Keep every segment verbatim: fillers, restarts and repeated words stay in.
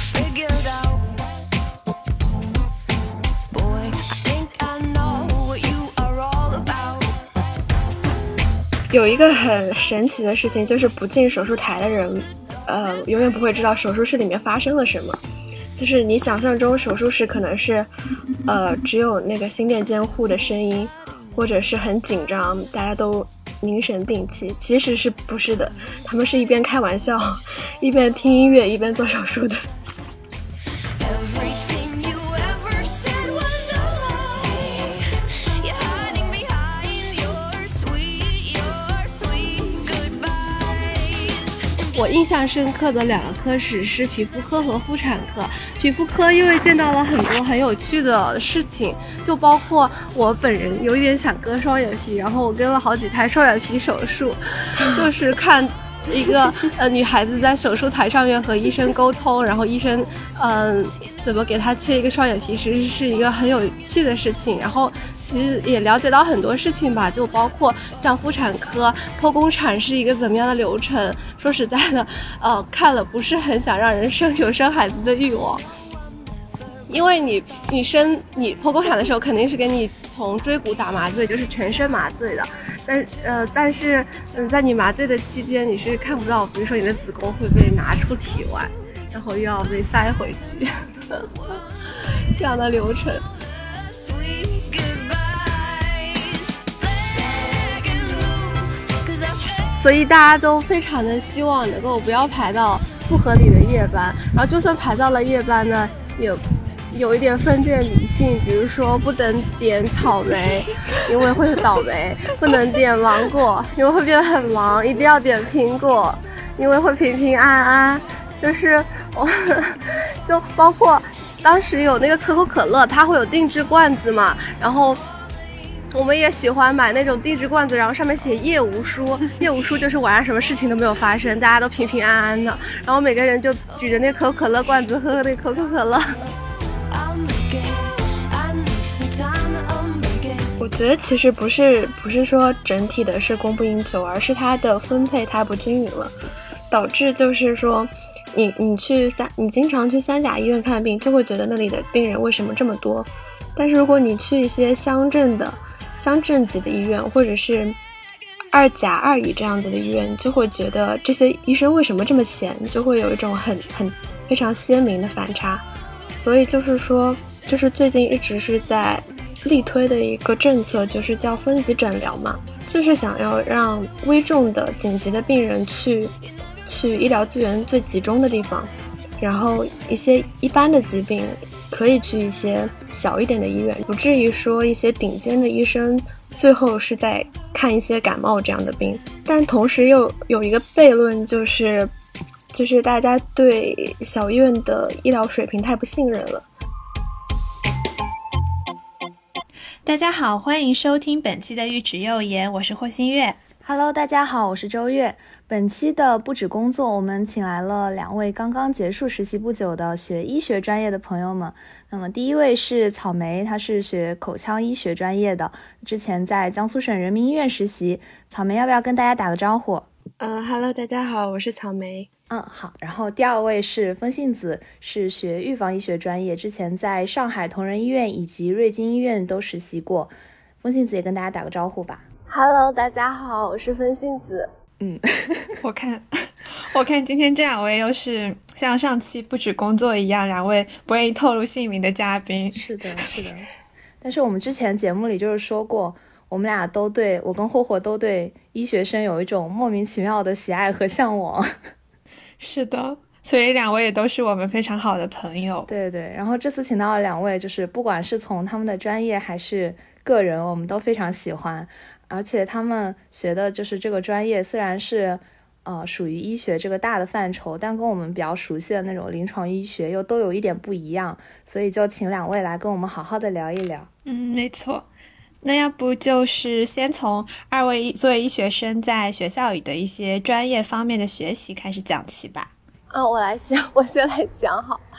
figured out. Boy, I think I know what you are all about. 有一个很神奇的事情，就是不进手术台的人呃，永远不会知道手术室里面发生了什么。就是你想象中手术室可能是呃，只有那个心电监护的声音，或者是很紧张，大家都凝神屏气，其实是不是的，他们是一边开玩笑一边听音乐一边做手术的。 我印象深刻的两个科室是皮肤科和妇产科。皮肤科因为见到了很多很有趣的事情，就包括我本人有一点想割双眼皮，然后我割了好几台双眼皮手术，就是看一个呃女孩子在手术台上面和医生沟通，然后医生嗯、呃、怎么给她切一个双眼皮，其实是一个很有趣的事情。然后其实也了解到很多事情吧，就包括像妇产科剖宫产是一个怎么样的流程。说实在的，呃，看了不是很想让人生有生孩子的欲望，因为你你生你剖宫产的时候肯定是给你从椎骨打麻醉，就是全身麻醉的。但呃，但是嗯，在你麻醉的期间，你是看不到，比如说你的子宫会被拿出体外，然后又要被塞回去，这样的流程。所以大家都非常的希望能够不要排到不合理的夜班，然后就算排到了夜班呢，也有一点封建迷信，比如说不能点草莓，因为会倒霉；不能点芒果，因为会变得很忙；一定要点苹果，因为会平平安安。就是我，就包括当时有那个可口可乐，它会有定制罐子嘛，然后我们也喜欢买那种定制罐子，然后上面写夜无书，夜无书就是晚上什么事情都没有发生，大家都平平安安的，然后每个人就举着那可口可乐罐子喝那可口可乐。 我觉得其实不是不是说整体的是供不应求，而是它的分配太不均匀了，导致就是说你你去三你经常去三甲医院看病，就会觉得那里的病人为什么这么多，但是如果你去一些乡镇的乡镇级的医院，或者是二甲二乙这样子的医院，就会觉得这些医生为什么这么闲，就会有一种很很非常鲜明的反差。所以就是说，就是最近一直是在力推的一个政策，就是叫分级诊疗嘛，就是想要让危重的紧急的病人去去医疗资源最集中的地方，然后一些一般的疾病可以去一些小一点的医院，不至于说一些顶尖的医生最后是在看一些感冒这样的病。但同时又有一个悖论，就是就是大家对小医院的医疗水平太不信任了。 大家好，欢迎收听本期的玉指右言，我是霍新月。 Hello， 大家好，我是周月。本期的不止工作，我们请来了两位刚刚结束实习不久的学医学专业的朋友们。那么第一位是草莓，她是学口腔医学专业的，之前在江苏省人民医院实习。草莓要不要跟大家打个招呼？ 呃 ，Hello， 大家好，我是草莓。 嗯，好。然后第二位是风信子，是学预防医学专业，之前在上海同仁医院以及瑞金医院都实习过。风信子也跟大家打个招呼吧。 Hello， 大家好，我是风信子。 嗯，我看，我看今天这两位又是像上期不止工作一样，两位不愿意透露姓名的嘉宾。 是的，是的。但是我们之前节目里就是说过，我们俩都对我跟霍霍都对医学生有一种莫名其妙的喜爱和向往。 是的，所以两位也都是我们非常好的朋友。 对对，然后这次请到了两位，就是不管是从他们的专业还是个人，我们都非常喜欢。而且他们学的就是这个专业，虽然是呃属于医学这个大的范畴，但跟我们比较熟悉的那种临床医学又都有一点不一样，所以就请两位来跟我们好好的聊一聊。 嗯，没错。那要不就是先从二位作为医学生在学校里的一些专业方面的学习开始讲起吧。 啊，我来先，我先来讲好。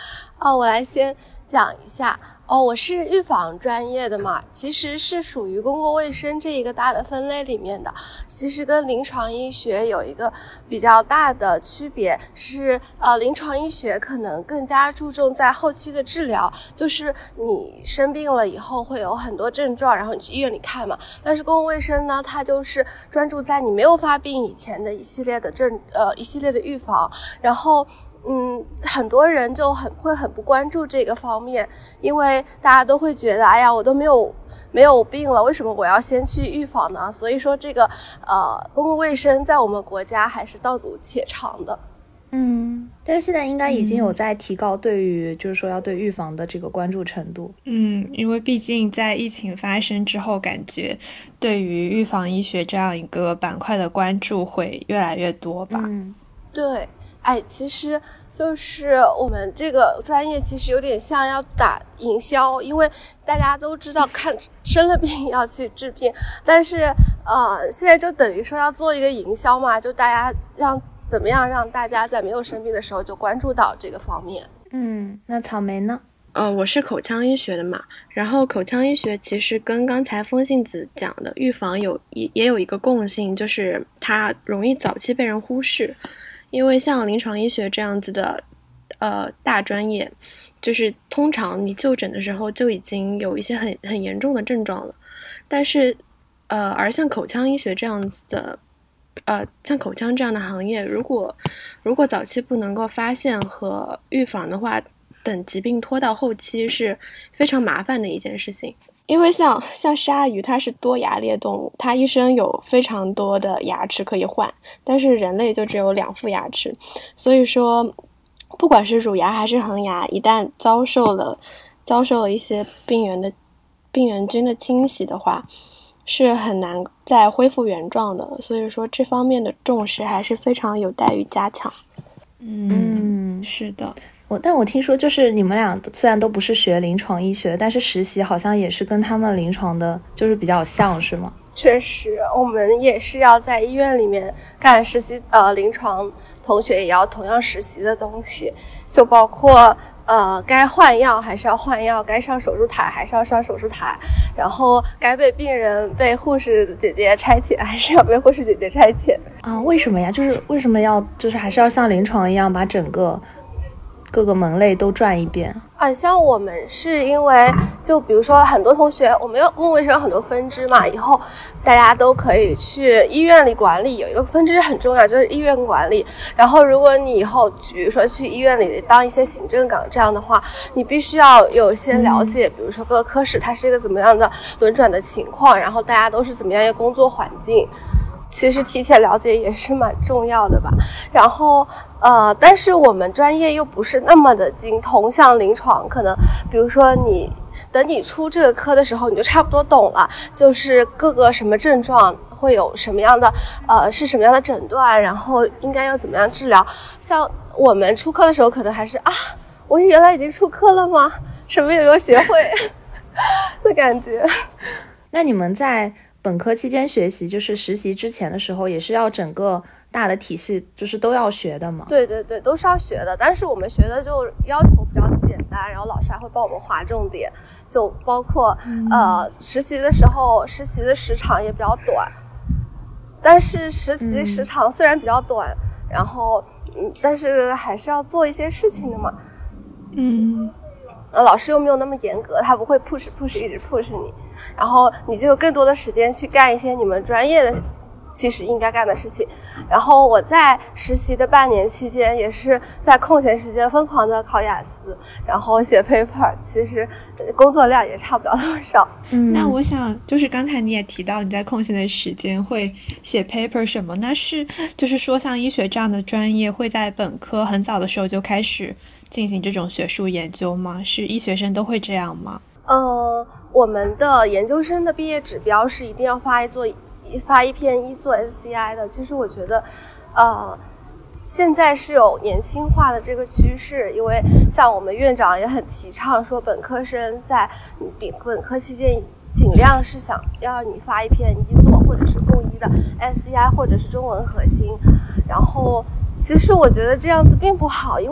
哦，我来先讲一下哦，我是预防专业的嘛，其实是属于公共卫生这一个大的分类里面的。其实跟临床医学有一个比较大的区别是，呃，临床医学可能更加注重在后期的治疗，就是你生病了以后会有很多症状，然后你去医院里看嘛。但是公共卫生呢，它就是专注在你没有发病以前的一系列的症，呃，一系列的预防，然后。嗯，很多人就很会很不关注这个方面，因为大家都会觉得，哎呀，我都没有没有病了，为什么我要先去预防呢？所以说，这个呃，公共卫生在我们国家还是道阻且长的。 嗯，但是现在应该已经有在提高对于、嗯、就是说要对预防的这个关注程度。 嗯，因为毕竟在疫情发生之后，感觉对于预防医学这样一个板块的关注会越来越多吧。 嗯， 对。哎，其实就是我们这个专业其实有点像要打营销，因为大家都知道看生了病要去治病，但是呃，现在就等于说要做一个营销嘛，就大家让怎么样让大家在没有生病的时候就关注到这个方面。 嗯，那草莓呢？ 呃，我是口腔医学的嘛，然后口腔医学其实跟刚才风信子讲的预防有也也有一个共性，就是它容易早期被人忽视。因为像临床医学这样子的呃大专业，就是通常你就诊的时候就已经有一些很很严重的症状了，但是呃而像口腔医学这样子的呃像口腔这样的行业，如果如果早期不能够发现和预防的话，等疾病拖到后期是非常麻烦的一件事情。因为像像鲨鱼它是多牙列动物，它一生有非常多的牙齿可以换，但是人类就只有两副牙齿，所以说不管是乳牙还是恒牙，一旦遭受了遭受了一些病原的病原菌的侵袭的话，是很难再恢复原状的，所以说这方面的重视还是非常有待于加强。 嗯，是的。 我但我听说就是你们俩虽然都不是学临床医学，但是实习好像也是跟他们临床的就是比较像，是吗？ 确实，我们也是要在医院里面干实习，呃，临床同学也要同样实习的东西，就包括呃，该换药还是要换药，该上手术台还是要上手术台，然后该被病人被护士姐姐差遣还是要被护士姐姐差遣啊？为什么呀？就是为什么要就是还是要像临床一样把整个各个门类都转一遍啊？像我们是因为就比如说很多同学，我们有公共卫生有很多分支嘛，以后大家都可以去医院里管理，有一个分支很重要，就是医院管理。然后如果你以后比如说去医院里当一些行政岗这样的话，你必须要有一些了解、嗯、比如说各个科室它是一个怎么样的轮转的情况，然后大家都是怎么样一个工作环境，其实提前了解也是蛮重要的吧。然后呃，但是我们专业又不是那么的精通，像临床可能比如说你等你出这个科的时候你就差不多懂了，就是各个什么症状会有什么样的呃是什么样的诊断，然后应该要怎么样治疗。像我们出科的时候可能还是啊，我原来已经出科了吗？什么有没有学会的感觉。 那你们在本科期间学习，就是实习之前的时候也是要整个大的体系就是都要学的吗？ 对对对，都是要学的，但是我们学的就要求比较简单，然后老师还会帮我们划重点，就包括、嗯、呃实习的时候实习的时长也比较短，但是实习时长虽然比较短、嗯、然后嗯，但是还是要做一些事情的嘛。 嗯， 呃，老师又没有那么严格，他不会 push push 一直 push 你，然后你就有更多的时间去干一些你们专业的其实应该干的事情。然后我在实习的半年期间也是在空闲时间疯狂的考雅思，然后写 paper， 其实工作量也差不了多少。 嗯，那我想就是刚才你也提到你在空闲的时间会写 paper 什么，那是就是说像医学这样的专业会在本科很早的时候就开始进行这种学术研究吗？是医学生都会这样吗？ 呃，我们的研究生的毕业指标是一定要发一做发一篇一做 S C I 的。其实我觉得呃现在是有年轻化的这个趋势，因为像我们院长也很提倡说本科生在本科期间尽量是想要你发一篇一做或者是共一的 S C I 或者是中文核心。然后其实我觉得这样子并不好，因为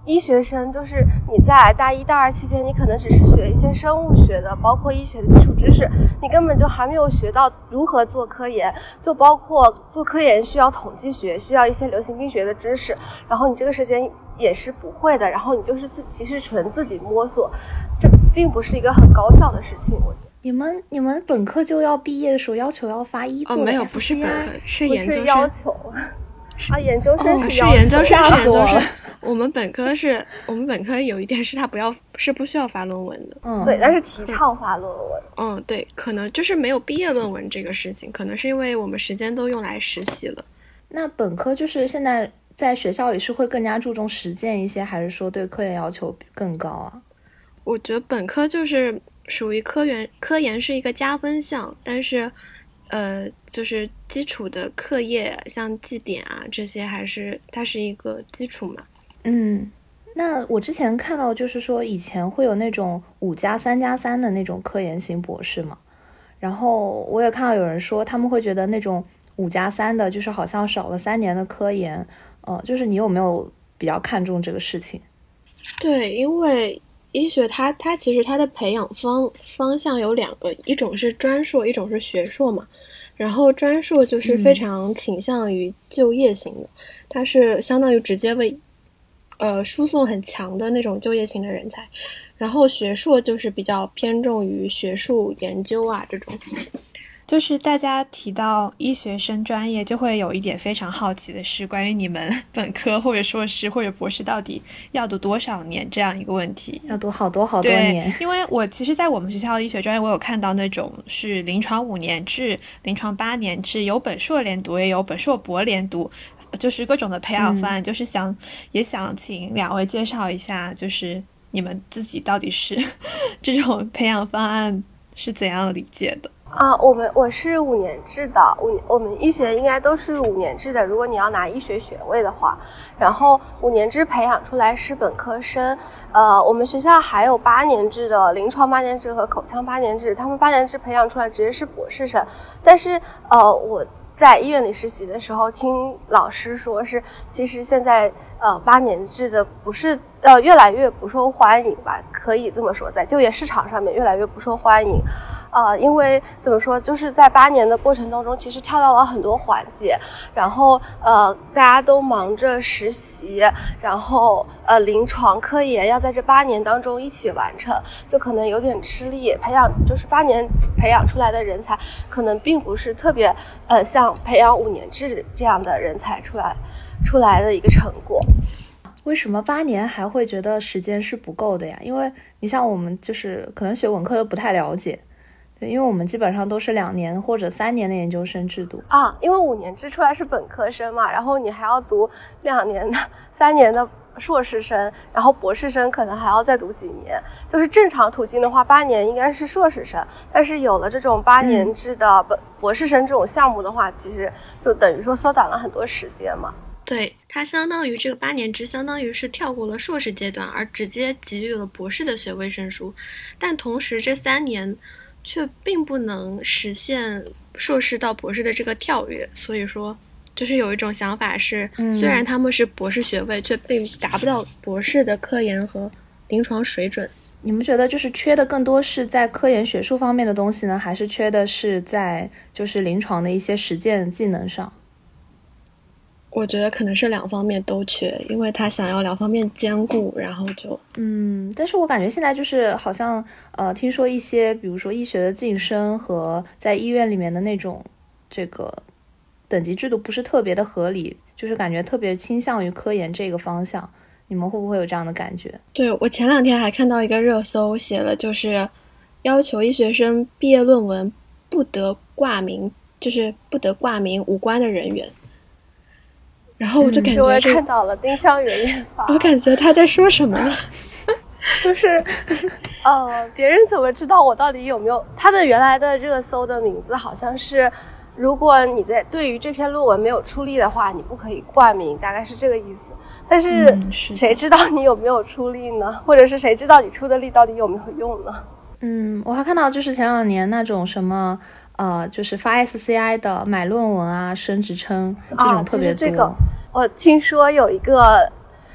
医学生就是你在大一大二期间，你可能只是学一些生物学的，包括医学的基础知识，你根本就还没有学到如何做科研，就包括做科研需要统计学，需要一些流行病学的知识，然后你这个时间也是不会的，然后你就是自其实纯自己摸索，这并不是一个很高效的事情，我觉得。 你们你们本科就要毕业的时候要求要发一做的 S C I？ 哦，没有，不是本科，是研究生。 不是要求啊，研究生是要求、 哦、是研究生，是研究生。 了我们本科是，我们本科有一点是他不要，是不需要发论文的。 嗯， 对，但是提倡发论文。 嗯，对，可能就是没有毕业论文这个事情，可能是因为我们时间都用来实习了。 那本科就是现在在学校里是会更加注重实践一些，还是说对科研要求更高啊？ 我觉得本科就是属于科研，科研是一个加分项，但是。呃，就是基础的课业，像绩点啊这些，还是它是一个基础嘛。 嗯，那我之前看到就是说以前会有那种五加三加三的那种科研型博士嘛，然后我也看到有人说他们会觉得那种五加三的，就是好像少了三年的科研。呃，就是你有没有比较看重这个事情？ 对，因为医学它它其实它的培养方方向有两个，一种是专硕，一种是学硕嘛。然后专硕就是非常倾向于就业型的，嗯、它是相当于直接为呃输送很强的那种就业型的人才。然后学硕就是比较偏重于学术研究啊这种。 就是大家提到医学生专业，就会有一点非常好奇的是关于你们本科或者硕士或者博士到底要读多少年这样一个问题。 要读好多好多年。 对，因为我其实在我们学校的医学专业，我有看到那种是临床五年制、临床八年制，有本硕连读也有本硕博连读，就是各种的培养方案、嗯、就是想也想请两位介绍一下，就是你们自己到底是这种培养方案是怎样理解的。 啊，我们我是五年制的，五我们医学应该都是五年制的。如果你要拿医学学位的话，然后五年制培养出来是本科生。呃，我们学校还有八年制的临床八年制和口腔八年制，他们八年制培养出来直接是博士生。但是呃，我在医院里实习的时候，听老师说是，其实现在呃八年制的不是呃越来越不受欢迎吧，可以这么说，在就业市场上面越来越不受欢迎。呃，因为怎么说，就是在八年的过程当中，其实跳到了很多环节，然后呃，大家都忙着实习，然后呃，临床科研要在这八年当中一起完成，就可能有点吃力。培养就是八年培养出来的人才，可能并不是特别呃像培养五年制这样的人才出来出来的一个成果。 为什么八年还会觉得时间是不够的呀？因为你像我们就是可能学文科都不太了解。对，因为我们基本上都是两年或者三年的研究生制度啊，因为五年制出来是本科生嘛，然后你还要读两年的、三年的硕士生，然后博士生可能还要再读几年。就是正常途径的话，八年应该是硕士生，但是有了这种八年制的本博士生这种项目的话，嗯、其实就等于说缩短了很多时间嘛。 对，它相当于这个八年制，相当于是跳过了硕士阶段，而直接给予了博士的学位证书，但同时这三年。却并不能实现硕士到博士的这个跳跃，所以说就是有一种想法是、嗯、虽然他们是博士学位，却并达不到博士的科研和临床水准。 你们觉得就是缺的更多是在科研学术方面的东西呢，还是缺的是在就是临床的一些实践技能上？ 我觉得可能是两方面都缺，因为他想要两方面兼顾，然后就嗯，但是我感觉现在就是好像呃，听说一些比如说医学的晋升和在医院里面的那种这个等级制度不是特别的合理，就是感觉特别倾向于科研这个方向，你们会不会有这样的感觉？ 对，我前两天还看到一个热搜，写了就是要求医学生毕业论文不得挂名，就是不得挂名无关的人员。然后我就感觉、嗯、 我也看到了丁香园研发， 我感觉他在说什么呢？ 就是呃，别人怎么知道我到底有没有？他的原来的热搜的名字好像是，如果你在对于这篇论文没有出力的话，你不可以挂名，大概是这个意思。但是、嗯、是谁知道你有没有出力呢？或者是谁知道你出的力到底有没有用呢？ 嗯，我还看到就是前两年那种什么。呃，就是发 S C I 的买论文啊、升职称这种特别多。 啊、这个我听说有一个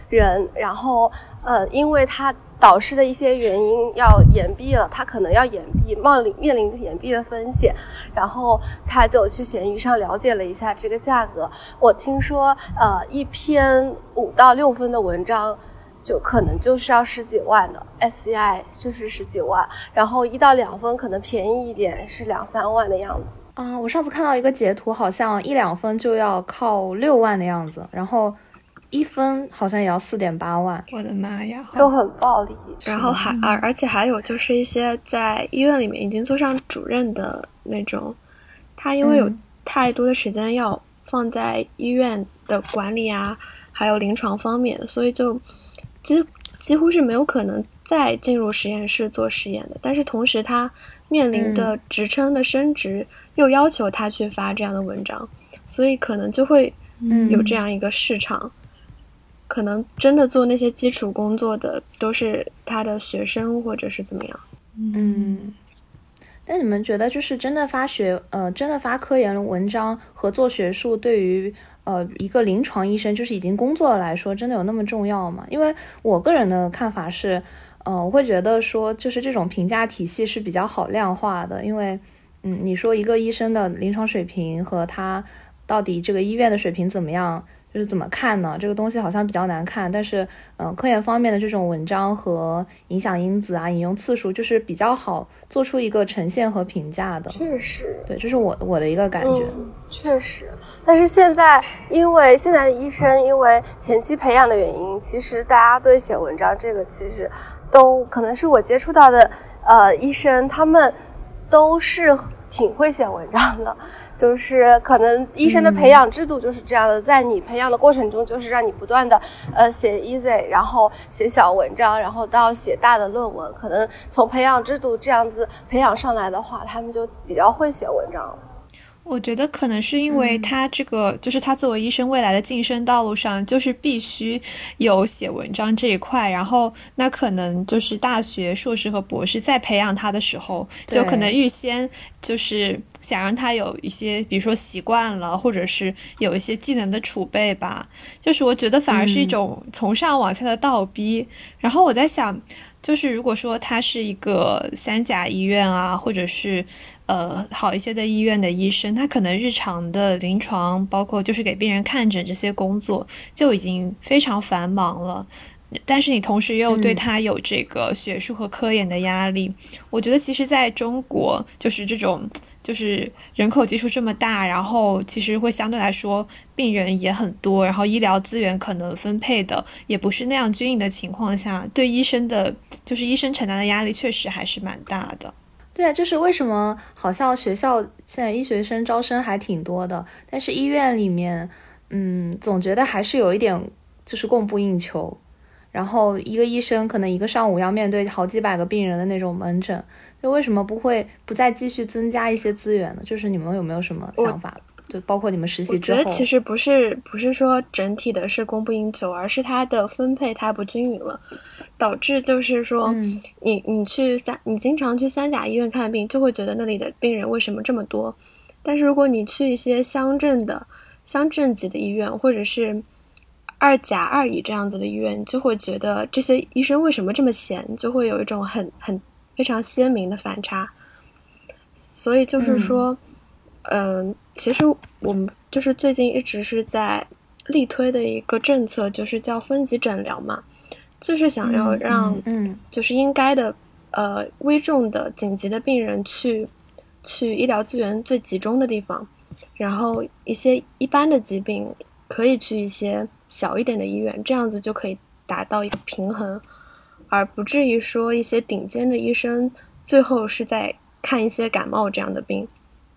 人，然后呃，因为他导师的一些原因要延毕了，他可能要延毕，冒临面临着延毕的风险，然后他就去闲鱼上了解了一下这个价格。我听说，呃，一篇五到六分的文章，就可能就是要十几万的 S C I， 就是十几万，然后一到两分可能便宜一点，是两三万的样子。 啊、我上次看到一个截图，好像一两分就要靠六万的样子，然后一分好像也要四点八万。 我的妈呀， 就很暴利。 然后还而而且还有就是一些在医院里面已经做上主任的那种，他因为有太多的时间要放在医院的管理啊，还有临床方面，所以就几几乎是没有可能再进入实验室做实验的。但是同时他面临的职称的升职又要求他去发这样的文章，所以可能就会有这样一个市场。可能真的做那些基础工作的都是他的学生或者是怎么样。 嗯，那你们觉得就是真的发学呃真的发科研文章和做学术对于呃一个临床医生就是已经工作来说真的有那么重要吗？因为我个人的看法是呃我会觉得说就是这种评价体系是比较好量化的，因为嗯你说一个医生的临床水平和他到底这个医院的水平怎么样，就是怎么看呢？这个东西好像比较难看，但是嗯、呃，科研方面的这种文章和影响因子啊、引用次数，就是比较好做出一个呈现和评价的。 确实， 对，这是我我的一个感觉。 嗯，确实。但是现在，因为现在的医生因为前期培养的原因，其实大家对写文章这个其实都可能是我接触到的呃医生，他们都是挺会写文章的。就是可能医生的培养制度就是这样的，在你培养的过程中，就是让你不断的呃写 easy， 然后写小文章，然后到写大的论文。可能从培养制度这样子培养上来的话，他们就比较会写文章了。 我觉得可能是因为他这个、嗯、就是他作为医生未来的晋升道路上就是必须有写文章这一块，然后那可能就是大学硕士和博士在培养他的时候就可能预先就是想让他有一些比如说习惯了，或者是有一些技能的储备吧，就是我觉得反而是一种从上往下的倒逼、嗯、然后我在想就是如果说他是一个三甲医院啊，或者是呃好一些的医院的医生，他可能日常的临床包括就是给病人看诊这些工作就已经非常繁忙了，但是你同时又对他有这个学术和科研的压力、嗯、我觉得其实在中国就是这种就是人口基数这么大，然后其实会相对来说病人也很多，然后医疗资源可能分配的也不是那样均匀的情况下，对医生的就是医生承担的压力确实还是蛮大的。 对啊，就是为什么好像学校现在医学生招生还挺多的，但是医院里面嗯，总觉得还是有一点就是供不应求，然后一个医生可能一个上午要面对好几百个病人的那种门诊，就为什么不会不再继续增加一些资源呢？就是你们有没有什么想法？就包括你们实习之后。 我觉得其实不是不是说整体的是供不应求，而是它的分配太不均匀了，导致就是说、嗯、你你去三你经常去三甲医院看病，就会觉得那里的病人为什么这么多，但是如果你去一些乡镇的乡镇级的医院，或者是二甲二乙这样子的医院，就会觉得这些医生为什么这么闲，就会有一种很很非常鲜明的反差。所以就是说嗯、呃，其实我们就是最近一直是在力推的一个政策，就是叫分级诊疗嘛，就是想要让嗯就是应该的呃危重的紧急的病人去去医疗资源最集中的地方，然后一些一般的疾病可以去一些小一点的医院，这样子就可以达到一个平衡，而不至于说一些顶尖的医生最后是在看一些感冒这样的病。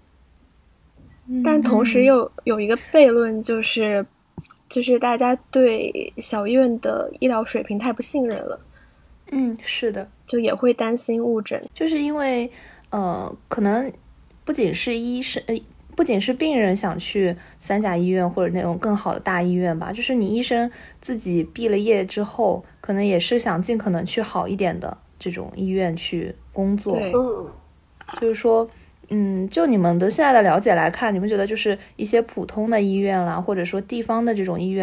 但同时又有一个悖论，就是就是大家对小医院的医疗水平太不信任了。 嗯，是的， 就也会担心误诊， 就是因为呃，可能不仅是医生，呃，不仅是病人想去三甲医院或者那种更好的大医院吧，就是你医生自己毕了业之后，可能也是想尽可能去好一点的这种医院去工作。 对， 就是说。嗯，就你们的现在的了解来看，你们觉得就是一些普通的医院啦，或者说地方的这种医院，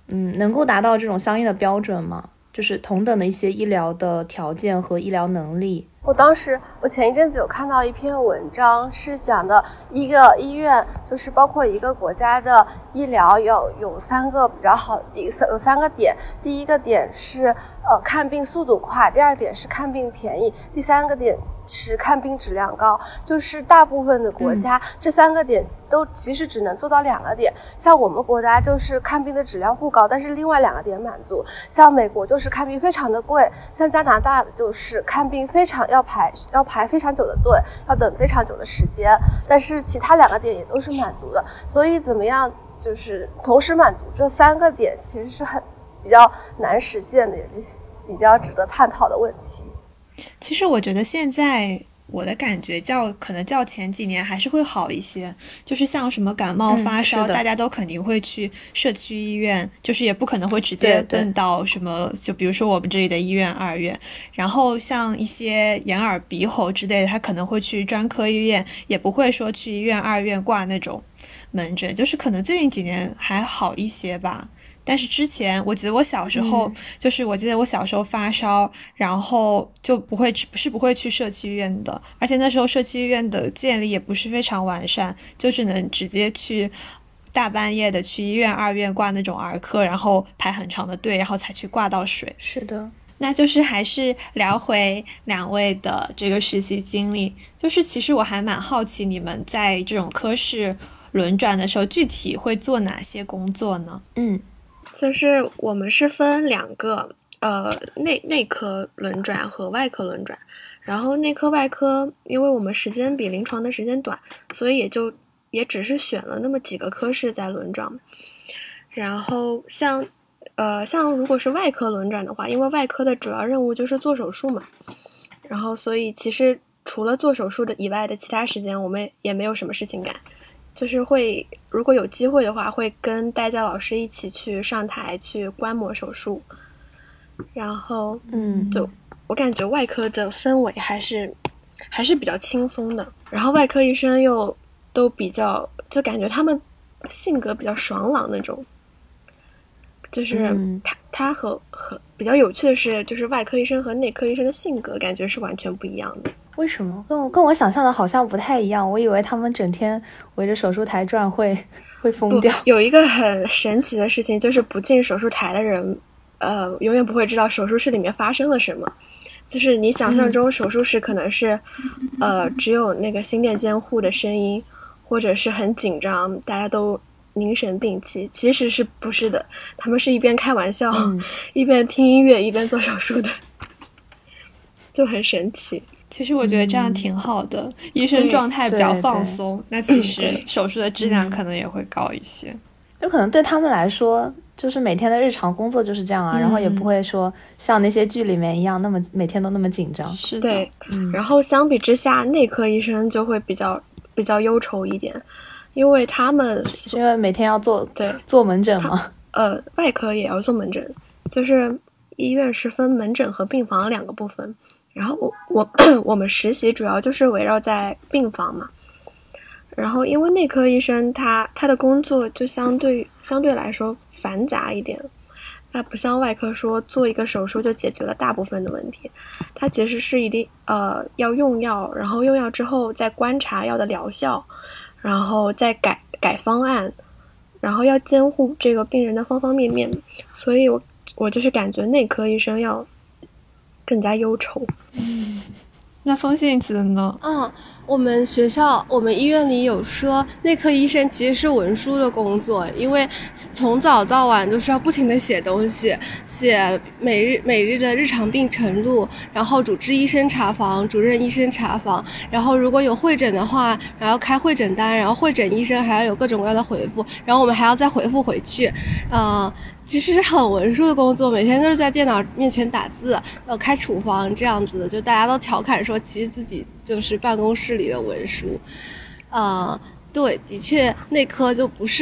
嗯，能够达到这种相应的标准吗？就是同等的一些医疗的条件和医疗能力。 我当时，我前一阵子有看到一篇文章，是讲的一个医院，就是包括一个国家的医疗有有三个比较好，一个有三个点。第一个点是呃看病速度快，第二点是看病便宜，第三个点是看病质量高。就是大部分的国家、嗯、这三个点都其实只能做到两个点，像我们国家就是看病的质量不高，但是另外两个点满足。像美国就是看病非常的贵，像加拿大就是看病非常要排要排非常久的队，要等非常久的时间，但是其他两个点也都是满足的。所以怎么样就是同时满足这三个点其实是很比较难实现的，也比较值得探讨的问题。 其实我觉得现在我的感觉较可能较前几年还是会好一些，就是像什么感冒发烧、嗯、大家都肯定会去社区医院，就是也不可能会直接奔到什么，就比如说我们这里的一院二院，然后像一些眼耳鼻喉之类的他可能会去专科医院，也不会说去一院二院挂那种门诊，就是可能最近几年还好一些吧。但是之前我记得我小时候、嗯、就是我记得我小时候发烧，然后就不会不是不会去社区医院的，而且那时候社区医院的建立也不是非常完善，就只能直接去大半夜的去一院二院挂那种儿科，然后排很长的队，然后才去挂到水。 是的， 那就是还是聊回两位的这个实习经历，就是其实我还蛮好奇你们在这种科室轮转的时候具体会做哪些工作呢？ 嗯就是我们是分两个呃内内科轮转和外科轮转，然后内科外科因为我们时间比临床的时间短，所以也就也只是选了那么几个科室在轮转。然后像呃像如果是外科轮转的话，因为外科的主要任务就是做手术嘛，然后所以其实除了做手术的以外的其他时间我们也没有什么事情干，就是会如果有机会的话会跟代教老师一起去上台去观摩手术，然后嗯，就我感觉外科的氛围还是还是比较轻松的，然后外科医生又都比较就感觉他们性格比较爽朗那种，就是他他和和比较有趣的是，就是外科医生和内科医生的性格感觉是完全不一样的。 为什么？跟我跟我想象的好像不太一样，我以为他们整天围着手术台转会会疯掉。 有一个很神奇的事情，就是不进手术台的人呃，永远不会知道手术室里面发生了什么。就是你想象中手术室可能是、嗯、呃，只有那个心电监护的声音，或者是很紧张，大家都凝神屏气，其实是不是的，他们是一边开玩笑、嗯、一边听音乐一边做手术的，就很神奇。 其实我觉得这样挺好的、嗯、医生状态比较放松，那其实手术的质量可能也会高一些、嗯、 就可能对他们来说就是每天的日常工作就是这样啊、嗯、然后也不会说像那些剧里面一样那么每天都那么紧张。 是的， 对、嗯、然后相比之下内科医生就会比较比较忧愁一点，因为他们因为每天要做对做门诊嘛， 呃，外科也要做门诊，就是医院是分门诊和病房两个部分，然后我我我们实习主要就是围绕在病房嘛，然后因为内科医生他他的工作就相对相对来说繁杂一点，那不像外科说做一个手术就解决了大部分的问题，它其实是一定呃要用药，然后用药之后再观察药的疗效，然后再改改方案，然后要监护这个病人的方方面面，所以我我就是感觉内科医生要更加忧愁。 嗯，那风信子呢？ 嗯，我们学校我们医院里有说内科医生其实是文书的工作，因为从早到晚都是要不停的写东西，写每日每日的日常病程录，然后主治医生查房，主任医生查房，然后如果有会诊的话然后开会诊单，然后会诊医生还要有各种各样的回复，然后我们还要再回复回去，呃其实是很文书的工作，每天都是在电脑面前打字呃开处方这样子的，就大家都调侃说其实自己就是办公室里的文书。呃对，的确内科就不是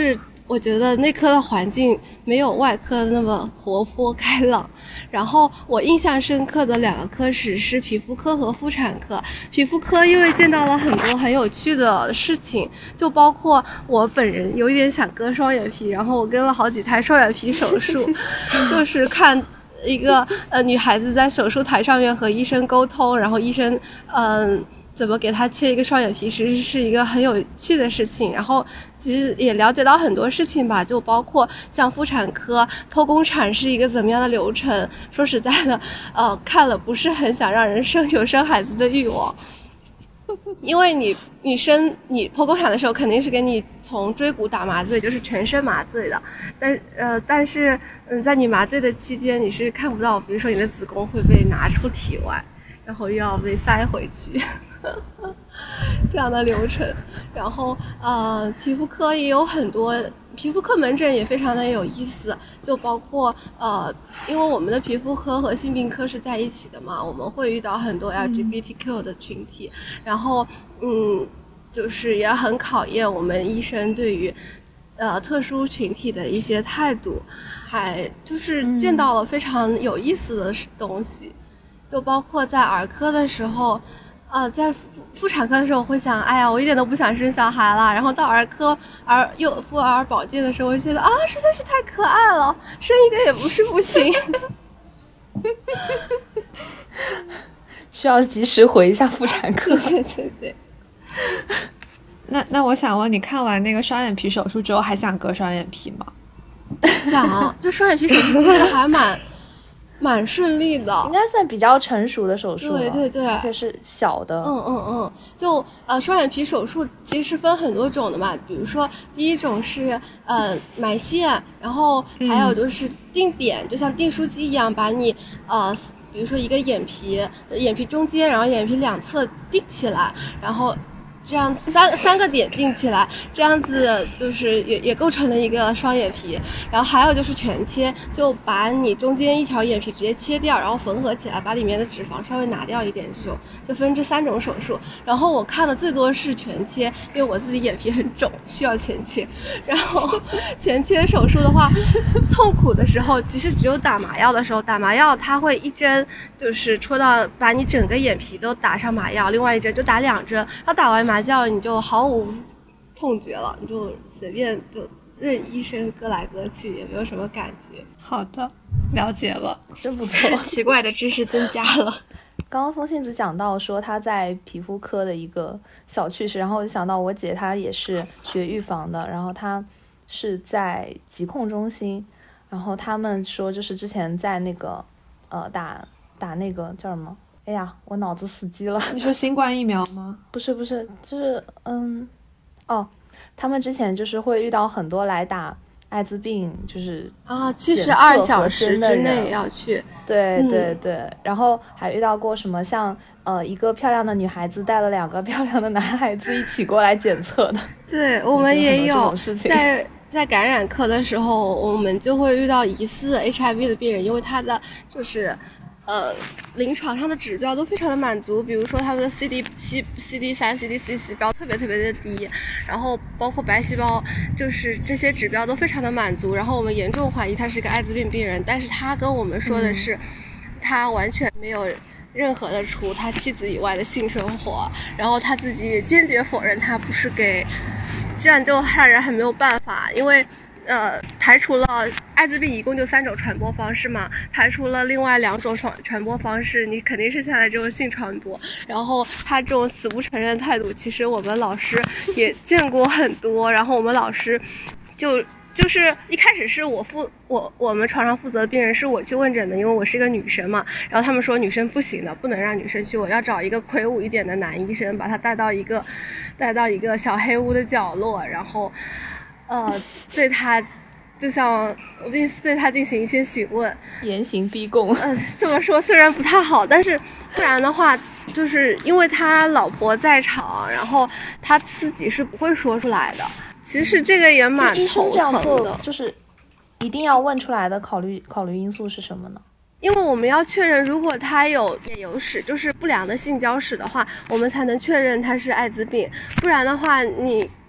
我觉得内科的环境没有外科那么活泼开朗。然后我印象深刻的两个科室是皮肤科和妇产科。皮肤科因为见到了很多很有趣的事情，就包括我本人有一点想割双眼皮，然后我跟了好几台双眼皮手术，就是看一个呃女孩子在手术台上面和医生沟通，然后医生嗯。呃怎么给他切一个双眼皮，其实是一个很有趣的事情。然后其实也了解到很多事情吧，就包括像妇产科剖宫产是一个怎么样的流程。说实在的，呃，看了不是很想让人生有生孩子的欲望，因为你你生你剖宫产的时候肯定是给你从椎骨打麻醉，就是全身麻醉的。但呃但是嗯，在你麻醉的期间，你是看不到，比如说你的子宫会被拿出体外，然后又要被塞回去。这样的流程。然后呃皮肤科也有很多，皮肤科门诊也非常的有意思，就包括呃因为我们的皮肤科和性病科是在一起的嘛，我们会遇到很多 L G B T Q 的群体，嗯、然后嗯就是也很考验我们医生对于呃特殊群体的一些态度，还就是见到了非常有意思的东西。嗯，就包括在儿科的时候，呃，在妇产科的时候，我会想，哎呀，我一点都不想生小孩了。然后到儿科儿幼妇儿保健的时候，我就觉得啊，实在是太可爱了，生一个也不是不行。 需要及时回一下妇产科。 对对对。 那那我想问，你看完那个双眼皮手术之后，还想割双眼皮吗？ 想，就双眼皮手术其实还蛮。蛮顺利的， 应该算比较成熟的手术了。 对对对， 而且是小的。 嗯嗯嗯，就呃双眼皮手术其实分很多种的嘛，比如说第一种是呃埋线，然后还有就是定点，嗯、就像订书机一样，把你呃比如说一个眼皮，眼皮中间，然后眼皮两侧定起来，然后。这样三三个点定起来，这样子就是也也构成了一个双眼皮。然后还有就是全切，就把你中间一条眼皮直接切掉，然后缝合起来，把里面的脂肪稍微拿掉一点，这种就分这三种手术。然后我看的最多是全切，因为我自己眼皮很肿，需要全切。然后全切手术的话，痛苦的时候其实只有打麻药的时候，打麻药它会一针就是戳到把你整个眼皮都打上麻药，另外一针就打两针，然后打完麻药你就毫无痛觉了，你就随便就任医生割来割去，也没有什么感觉。 好的，了解了， 真不错。 奇怪的知识增加了。 刚刚风信子讲到说她在皮肤科的一个小趣事，然后我就想到我姐她也是学预防的，然后她是在疾控中心，然后他们说就是之前在那个呃打打那个叫什么？哎呀，我脑子死机了。 你说新冠疫苗吗？ 不是不是，就是嗯，哦，他们之前就是会遇到很多来打艾滋病，就是啊，七十二小时之内要去。 对对对、嗯，然后还遇到过什么像呃一个漂亮的女孩子带了两个漂亮的男孩子一起过来检测的。 对，我们也有在在感染科的时候，我们就会遇到疑似 H I V 的病人，因为他的就是。呃，临床上的指标都非常的满足，比如说他们的 C D 七、C D 三、C D 四指标特别特别的低，然后包括白细胞，就是这些指标都非常的满足。然后我们严重怀疑他是个艾滋病病人，但是他跟我们说的是，嗯、他完全没有任何的除他妻子以外的性生活，然后他自己也坚决否认他不是gay，这样就让人很没有办法，因为。呃，排除了艾滋病一共就三种传播方式嘛，排除了另外两种传传播方式，你肯定是现在这种性传播。然后他这种死不承认态度，其实我们老师也见过很多。然后我们老师就就是一开始是我负我我们床上负责的病人是我去问诊的，因为我是一个女生嘛。然后他们说女生不行的，不能让女生去，我要找一个魁梧一点的男医生，把他带到一个带到一个小黑屋的角落，然后。呃，对他，就像我对对他进行一些询问， 严刑逼供。 嗯、呃，这么说虽然不太好，但是不然的话，就是因为他老婆在场，然后他自己是不会说出来的。其实这个也蛮头疼的， 就是一定要问出来的考虑考虑因素是什么呢？ 因为我们要确认，如果他有眼疣史，就是不良的性交史的话，我们才能确认他是艾滋病。不然的话，你。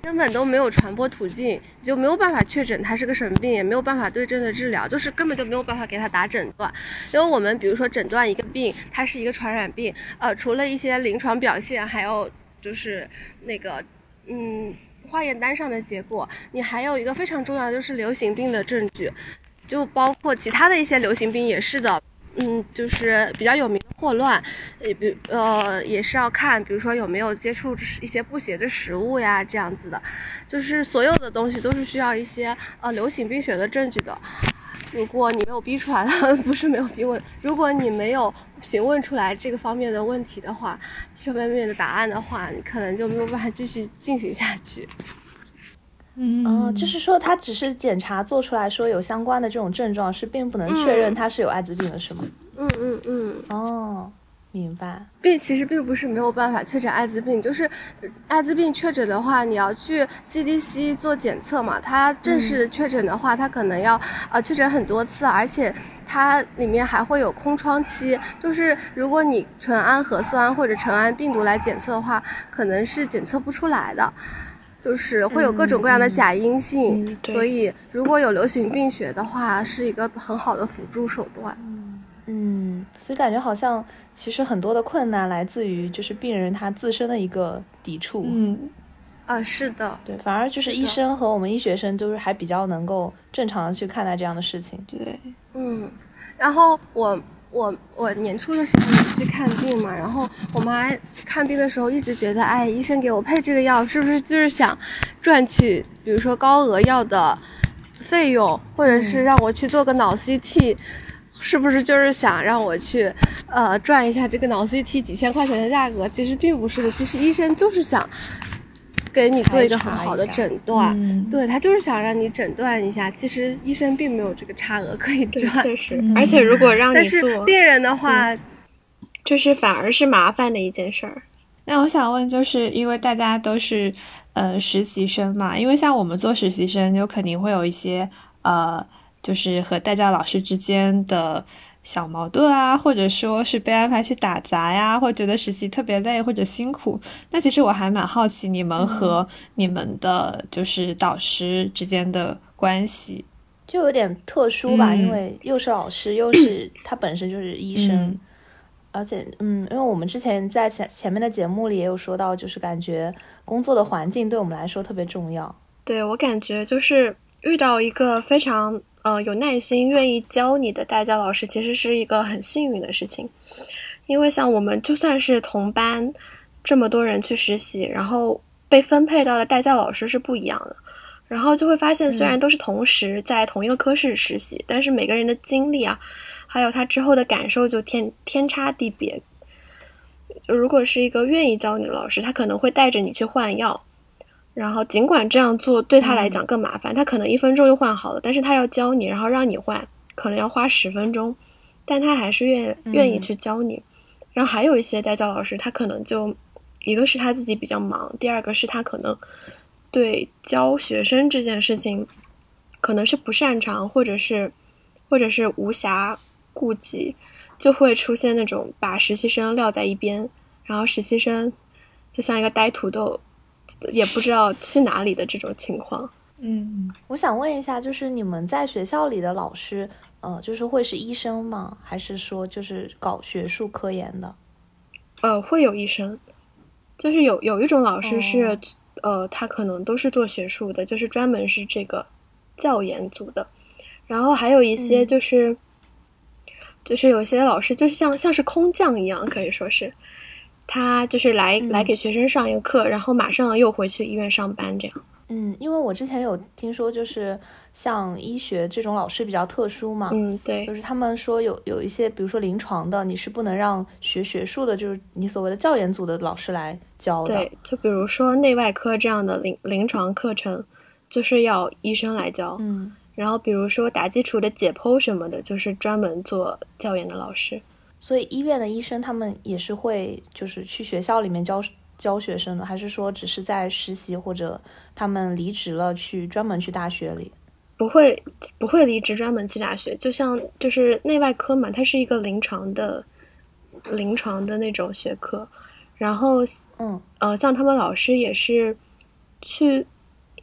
根本都没有传播途径，你就没有办法确诊它是个什么病，也没有办法对症的治疗，就是根本就没有办法给它打诊断。因为我们比如说诊断一个病，它是一个传染病，呃，除了一些临床表现，还有就是那个嗯化验单上的结果，你还有一个非常重要的就是流行病的证据，就包括其他的一些流行病也是的。嗯，就是比较有名的霍乱，也比呃也是要看，比如说有没有接触一些不洁的食物呀，这样子的，就是所有的东西都是需要一些呃流行病学的证据的。如果你没有逼出来的，不是没有逼问，如果你没有询问出来这个方面的问题的话，这方面的答案的话，你可能就没有办法继续进行下去。 嗯、呃，就是说他只是检查做出来说有相关的这种症状，是并不能确认他是有艾滋病的，是吗？ 嗯嗯嗯。 哦，明白。 并其实并不是没有办法确诊艾滋病，就是艾滋病确诊的话，你要去 C D C 做检测嘛。它正式确诊的话，它可能要呃确诊很多次，而且它里面还会有空窗期，就是如果你纯氨核酸或者纯氨病毒来检测的话，可能是检测不出来的。就是会有各种各样的假阴性、嗯嗯、所以如果有流行病学的话，是一个很好的辅助手段。 嗯，所以感觉好像其实很多的困难来自于就是病人他自身的一个抵触。 嗯，啊，是的， 对，反而就是医生和我们医学生就是还比较能够正常的去看待这样的事情。 对，嗯，然后我。我我年初的时候也去看病嘛，然后我妈看病的时候一直觉得，哎，医生给我配这个药是不是就是想赚取，比如说高额药的费用，或者是让我去做个脑 C T，、嗯、是不是就是想让我去呃赚一下这个脑 C T 几千块钱的价格？其实并不是的，其实医生就是想给你做一个很好的诊断，嗯、对，他就是想让你诊断一下。其实医生并没有这个差额可以赚， 确实。嗯、而且如果让你做， 但是病人的话、嗯， 就是反而是麻烦的一件事儿。 那我想问，就是因为大家都是呃实习生嘛，因为像我们做实习生，就肯定会有一些呃，就是和代教老师之间的小矛盾啊，或者说是被安排去打杂呀，或觉得实习特别累或者辛苦。那其实我还蛮好奇你们和你们的就是导师之间的关系。 就有点特殊吧、嗯、因为又是老师又是他本身就是医生、嗯、而且嗯，因为我们之前在前前面的节目里也有说到，就是感觉工作的环境对我们来说特别重要。 对，我感觉就是遇到一个非常呃，有耐心愿意教你的代教老师其实是一个很幸运的事情。因为像我们就算是同班这么多人去实习，然后被分配到的代教老师是不一样的，然后就会发现虽然都是同时在同一个科室实习、嗯、但是每个人的经历啊还有他之后的感受就天天差地别。如果是一个愿意教你的老师，他可能会带着你去换药，然后尽管这样做对他来讲更麻烦、嗯、他可能一分钟就换好了，但是他要教你然后让你换可能要花十分钟，但他还是愿愿意去教你、嗯、然后还有一些代教老师他可能就一个是他自己比较忙，第二个是他可能对教学生这件事情可能是不擅长，或者是或者是无暇顾及，就会出现那种把实习生撂在一边，然后实习生就像一个呆土豆也不知道去哪里的这种情况。 嗯，我想问一下，就是你们在学校里的老师呃，就是会是医生吗？还是说就是搞学术科研的？ 呃，会有医生，就是有有一种老师是、哦、呃，他可能都是做学术的，就是专门是这个教研组的，然后还有一些就是、嗯、就是有些老师就是像像是空降一样，可以说是他就是来、嗯、来给学生上一个课，然后马上又回去医院上班这样。 嗯，因为我之前有听说，就是像医学这种老师比较特殊嘛， 嗯，对， 就是他们说有有一些，比如说临床的，你是不能让学学术的，就是你所谓的教研组的老师来教的。 对，就比如说内外科这样的临临床课程，就是要医生来教。 嗯， 然后比如说打基础的解剖什么的，就是专门做教研的老师。 所以医院的医生他们也是会就是去学校里面教教学生的，还是说只是在实习，或者他们离职了去专门去大学里？ 不会不会离职专门去大学，就像就是内外科嘛，它是一个临床的临床的那种学科，然后嗯呃，像他们老师也是去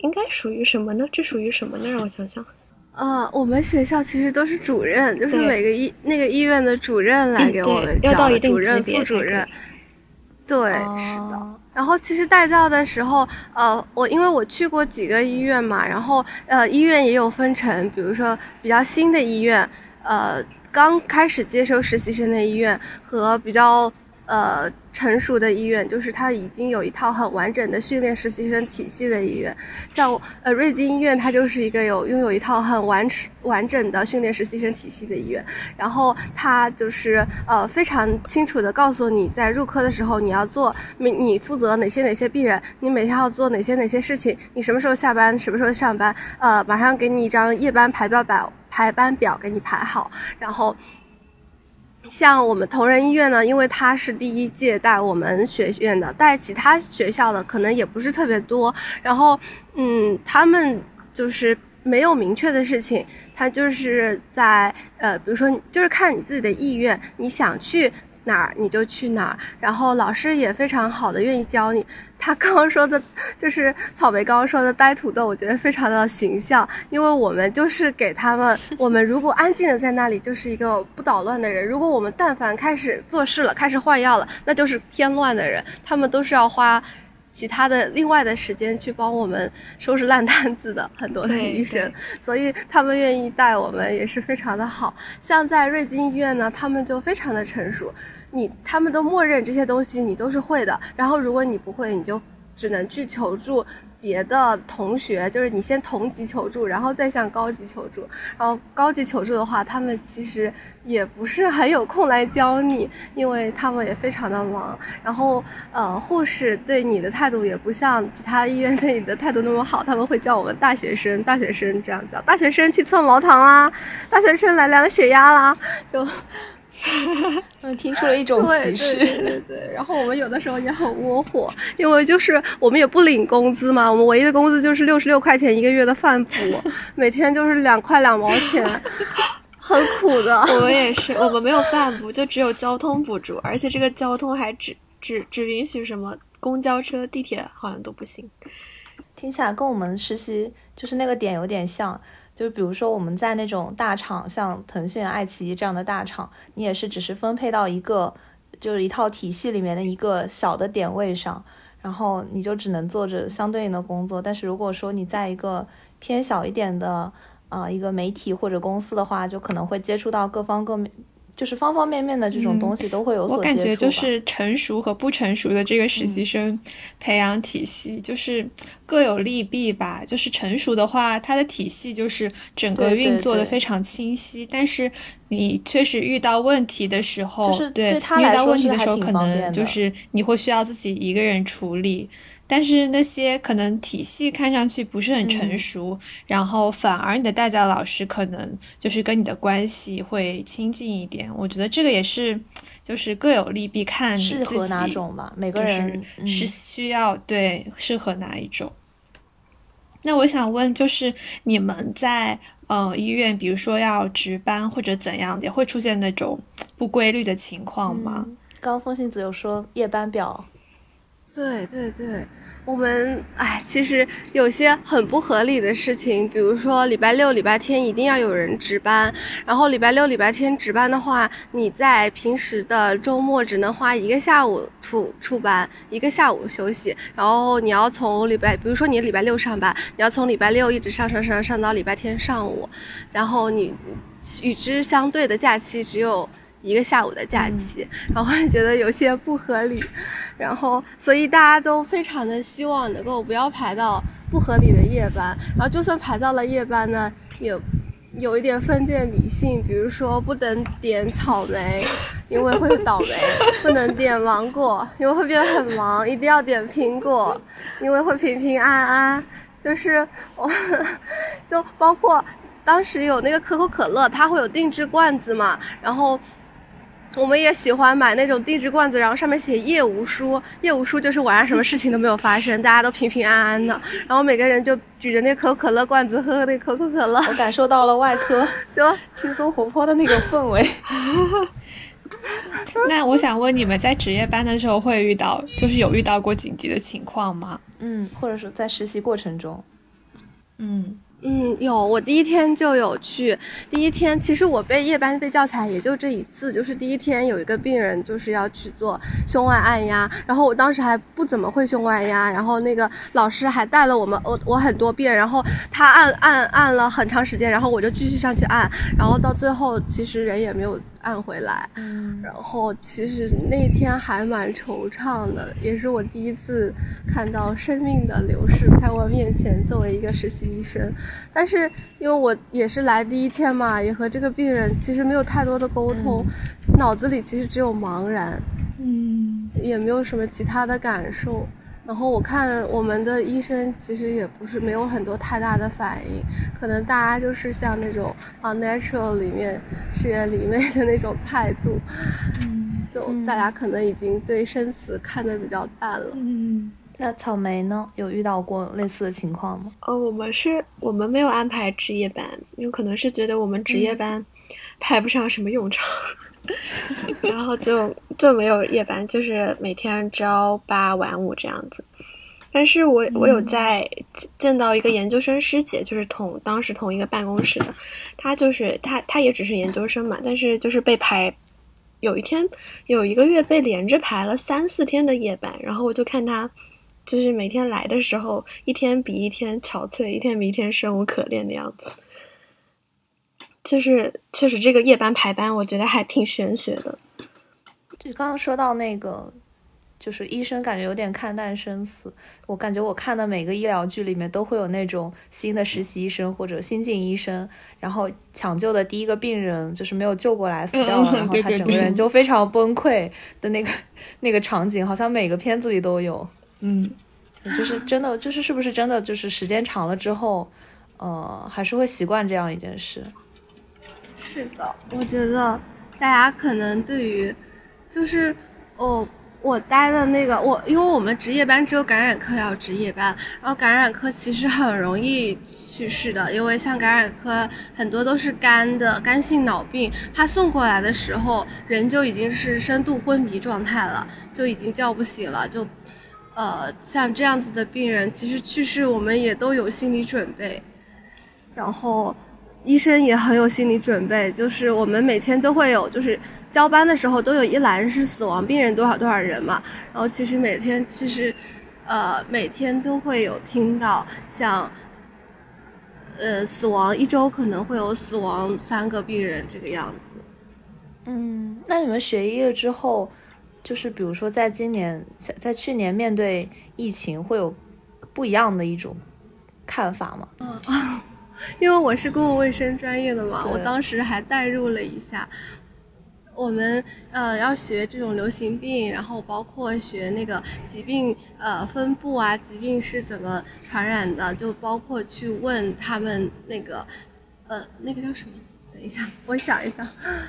应该属于什么呢？这属于什么呢？让我想想。 呃，我们学校其实都是主任，就是每个医那个医院的主任来给我们教， 要到一定主任、 级别副主任。对， 哦、 是的。然后其实带教的时候，呃，我因为我去过几个医院嘛，然后呃，医院也有分成，比如说比较新的医院，呃，刚开始接收实习生的医院和比较呃成熟的医院，就是它已经有一套很完整的训练实习生体系的医院。像呃瑞金医院，它就是一个有拥有一套很完完整的训练实习生体系的医院。然后它就是呃非常清楚的告诉你，在入科的时候你要做你你负责哪些哪些病人，你每天要做哪些哪些事情，你什么时候下班，什么时候上班，呃，马上给你一张夜班排表表排班表给你排好，然后。像我们同仁医院呢，因为它是第一届带我们学院的，带其他学校的可能也不是特别多。然后，嗯，他们就是没有明确的事情，他就是在呃，比如说就是看你自己的意愿，你想去哪儿你就去哪儿，然后老师也非常好的愿意教你。他刚刚说的就是草莓刚刚说的呆土豆，我觉得非常的形象，因为我们就是给他们，我们如果安静的在那里就是一个不捣乱的人，如果我们但凡开始做事了，开始换药了，那就是添乱的人，他们都是要花其他的另外的时间去帮我们收拾烂摊子的很多的医生，所以他们愿意带我们也是非常的好。像在瑞金医院呢，他们就非常的成熟，你他们都默认这些东西你都是会的，然后如果你不会，你就只能去求助别的同学，就是你先同级求助，然后再向高级求助。然后高级求助的话，他们其实也不是很有空来教你，因为他们也非常的忙。然后呃，护士对你的态度也不像其他医院对你的态度那么好，他们会叫我们大学生，大学生这样叫，大学生去测毛糖啦，大学生来量血压啦，就。 嗯，听出了一种歧视。 对对对 对, 对，然后我们有的时候也很窝火，因为就是我们也不领工资嘛，我们唯一的工资就是六十六块钱一个月的饭补，每天就是两块两毛钱，很苦的。 我们也是，我们没有饭补，就只有交通补助，而且这个交通还只只只允许什么公交车、地铁好像都不行。 听起来跟我们实习就是那个点有点像。就比如说我们在那种大厂，像腾讯、爱奇艺这样的大厂，你也是只是分配到一个就是一套体系里面的一个小的点位上，然后你就只能做着相对应的工作。但是如果说你在一个偏小一点的呃一个媒体或者公司的话，就可能会接触到各方各面，就是方方面面的这种东西都会有所接触吧、嗯、 我感觉就是成熟和不成熟的这个实习生培养体系、嗯、就是各有利弊吧。就是成熟的话，它的体系就是整个运作的非常清晰，对对对，但是你确实遇到问题的时候， 就是对他遇到来说问题的时候是还挺可能就是你会需要自己一个人处理。但是那些可能体系看上去不是很成熟、嗯、然后反而你的带教老师可能就是跟你的关系会亲近一点。我觉得这个也是就是各有利弊，看你自己适合哪种吧，每个人、 就是、是需要、嗯、对适合哪一种。那我想问，就是你们在呃医院比如说要值班或者怎样，也会出现那种不规律的情况吗？ 嗯、刚刚风信子有说夜班表。 对对对，我们哎，其实有些很不合理的事情，比如说礼拜六、礼拜天一定要有人值班，然后礼拜六、礼拜天值班的话，你在平时的周末只能花一个下午出出班，一个下午休息，然后你要从礼拜，比如说你礼拜六上班，你要从礼拜六一直上上上上到礼拜天上午，然后你与之相对的假期只有一个下午的假期，嗯、然后会觉得有些不合理。然后所以大家都非常的希望能够不要排到不合理的夜班，然后就算排到了夜班呢，也有一点封建迷信，比如说不能点草莓因为会倒霉，不能点芒果因为会变得很忙，一定要点苹果因为会平平安安。就是我就包括当时有那个可口可乐，它会有定制罐子嘛，然后我们也喜欢买那种定制罐子，然后上面写夜无书，夜无书就是晚上什么事情都没有发生，大家都平平安安的，然后每个人就举着那可口可乐罐子喝喝那可口可乐。 我感受到了外科就轻松活泼的那个氛围。 那我想问，你们在值夜班的时候会遇到，就是有遇到过紧急的情况吗？ 嗯，或者说在实习过程中。 嗯嗯，有，我第一天就有去。第一天，其实我被夜班被叫起来也就这一次，就是第一天有一个病人就是要去做胸外按压，然后我当时还不怎么会胸外压，然后那个老师还带了我们我我很多遍，然后他按按按了很长时间，然后我就继续上去按，然后到最后其实人也没有按回来， 嗯， 然后其实那天还蛮惆怅的，也是我第一次看到生命的流逝在我面前，作为一个实习医生。但是因为我也是来第一天嘛，也和这个病人其实没有太多的沟通，嗯、脑子里其实只有茫然， 嗯， 也没有什么其他的感受。然后我看我们的医生其实也不是没有很多太大的反应，可能大家就是像那种啊 Natural 里面石原里美的那种态度， 嗯， 就大家可能已经对生死看得比较淡了。 嗯， 那草莓呢？有遇到过类似的情况吗？ 哦，我们是我们没有安排值夜班，有可能是觉得我们值夜班派不上什么用场。然后就就没有夜班，就是每天朝八晚五这样子。但是我我有在见到一个研究生师姐，就是同当时同一个办公室的，她就是她她也只是研究生嘛，但是就是被排，有一天有一个月被连着排了三四天的夜班，然后我就看她就是每天来的时候，一天比一天憔悴，一天比一天生无可恋的样子。就是确实这个夜班排班我觉得还挺玄学的。 就刚刚说到那个就是医生感觉有点看淡生死，我感觉我看的每个医疗剧里面都会有那种新的实习医生或者新进医生，然后抢救的第一个病人就是没有救过来死掉了， 嗯、 然后他整个人就非常崩溃的那个那个场景好像每个片子里都有。 嗯， 就是真的就是是不是真的就是时间长了之后呃，还是会习惯这样一件事。 是的，我觉得大家可能对于就是哦，我待的那个我，因为我们值夜班只有感染科要值夜班，然后感染科其实很容易去世的，因为像感染科很多都是肝的肝性脑病，他送过来的时候人就已经是深度昏迷状态了，就已经叫不醒了，就呃像这样子的病人其实去世我们也都有心理准备，然后医生也很有心理准备，就是我们每天都会有，就是交班的时候都有一栏是死亡病人多少多少人嘛，然后其实每天其实呃每天都会有听到像呃死亡一周可能会有死亡三个病人这个样子。 嗯，那你们学医了之后，就是比如说在今年在在去年面对疫情会有不一样的一种看法吗？ 嗯因为我是公共卫生专业的嘛， 对我当时还代入了一下，我们呃要学这种流行病，然后包括学那个疾病呃分布啊，疾病是怎么传染的，就包括去问他们那个呃那个叫什么？等一下，我想一想，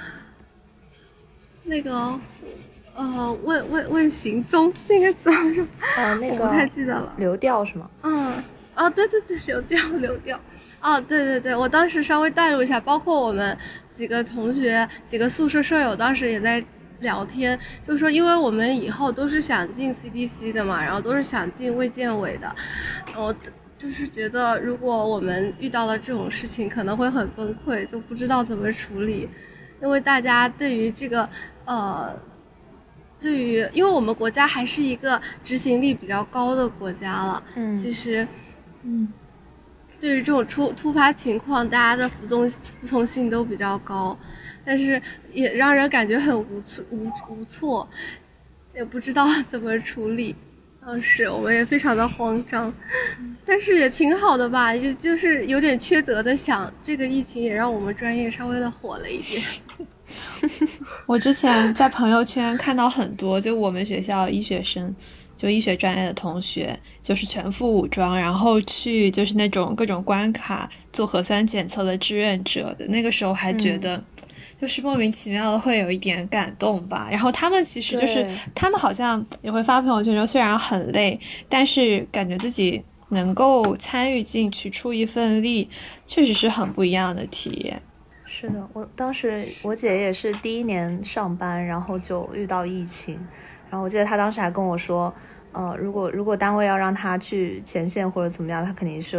那个呃问问问行踪，那个怎么说？ 呃，那个我不太记得了。 流调是吗？ 嗯，哦，对对对，流调流调。哦，对对对，我当时稍微带入一下，包括我们几个同学、几个宿舍舍友，当时也在聊天，就说因为我们以后都是想进 C D C 的嘛，然后都是想进卫健委的，然后就是觉得如果我们遇到了这种事情，可能会很崩溃，就不知道怎么处理，因为大家对于这个呃。对于，因为我们国家还是一个执行力比较高的国家了， 嗯， 其实， 嗯。 对于这种突突发情况，大家的服从服从性都比较高，但是也让人感觉很无措无无措，也不知道怎么处理。当时我们也非常的慌张，但是也挺好的吧，就就是有点缺德的想，这个疫情也让我们专业稍微的火了一点。 我之前在朋友圈看到很多，就我们学校医学生。就医学专业的同学就是全副武装，然后去就是那种各种关卡做核酸检测的志愿者的，那个时候还觉得就是莫名其妙的会有一点感动吧。然后他们其实就是他们好像也会发朋友圈说虽然很累，但是感觉自己能够参与进去出一份力，确实是很不一样的体验。 是的，我当时我姐也是第一年上班，然后就遇到疫情，然后我记得她当时还跟我说呃，如果如果单位要让她去前线或者怎么样，她肯定是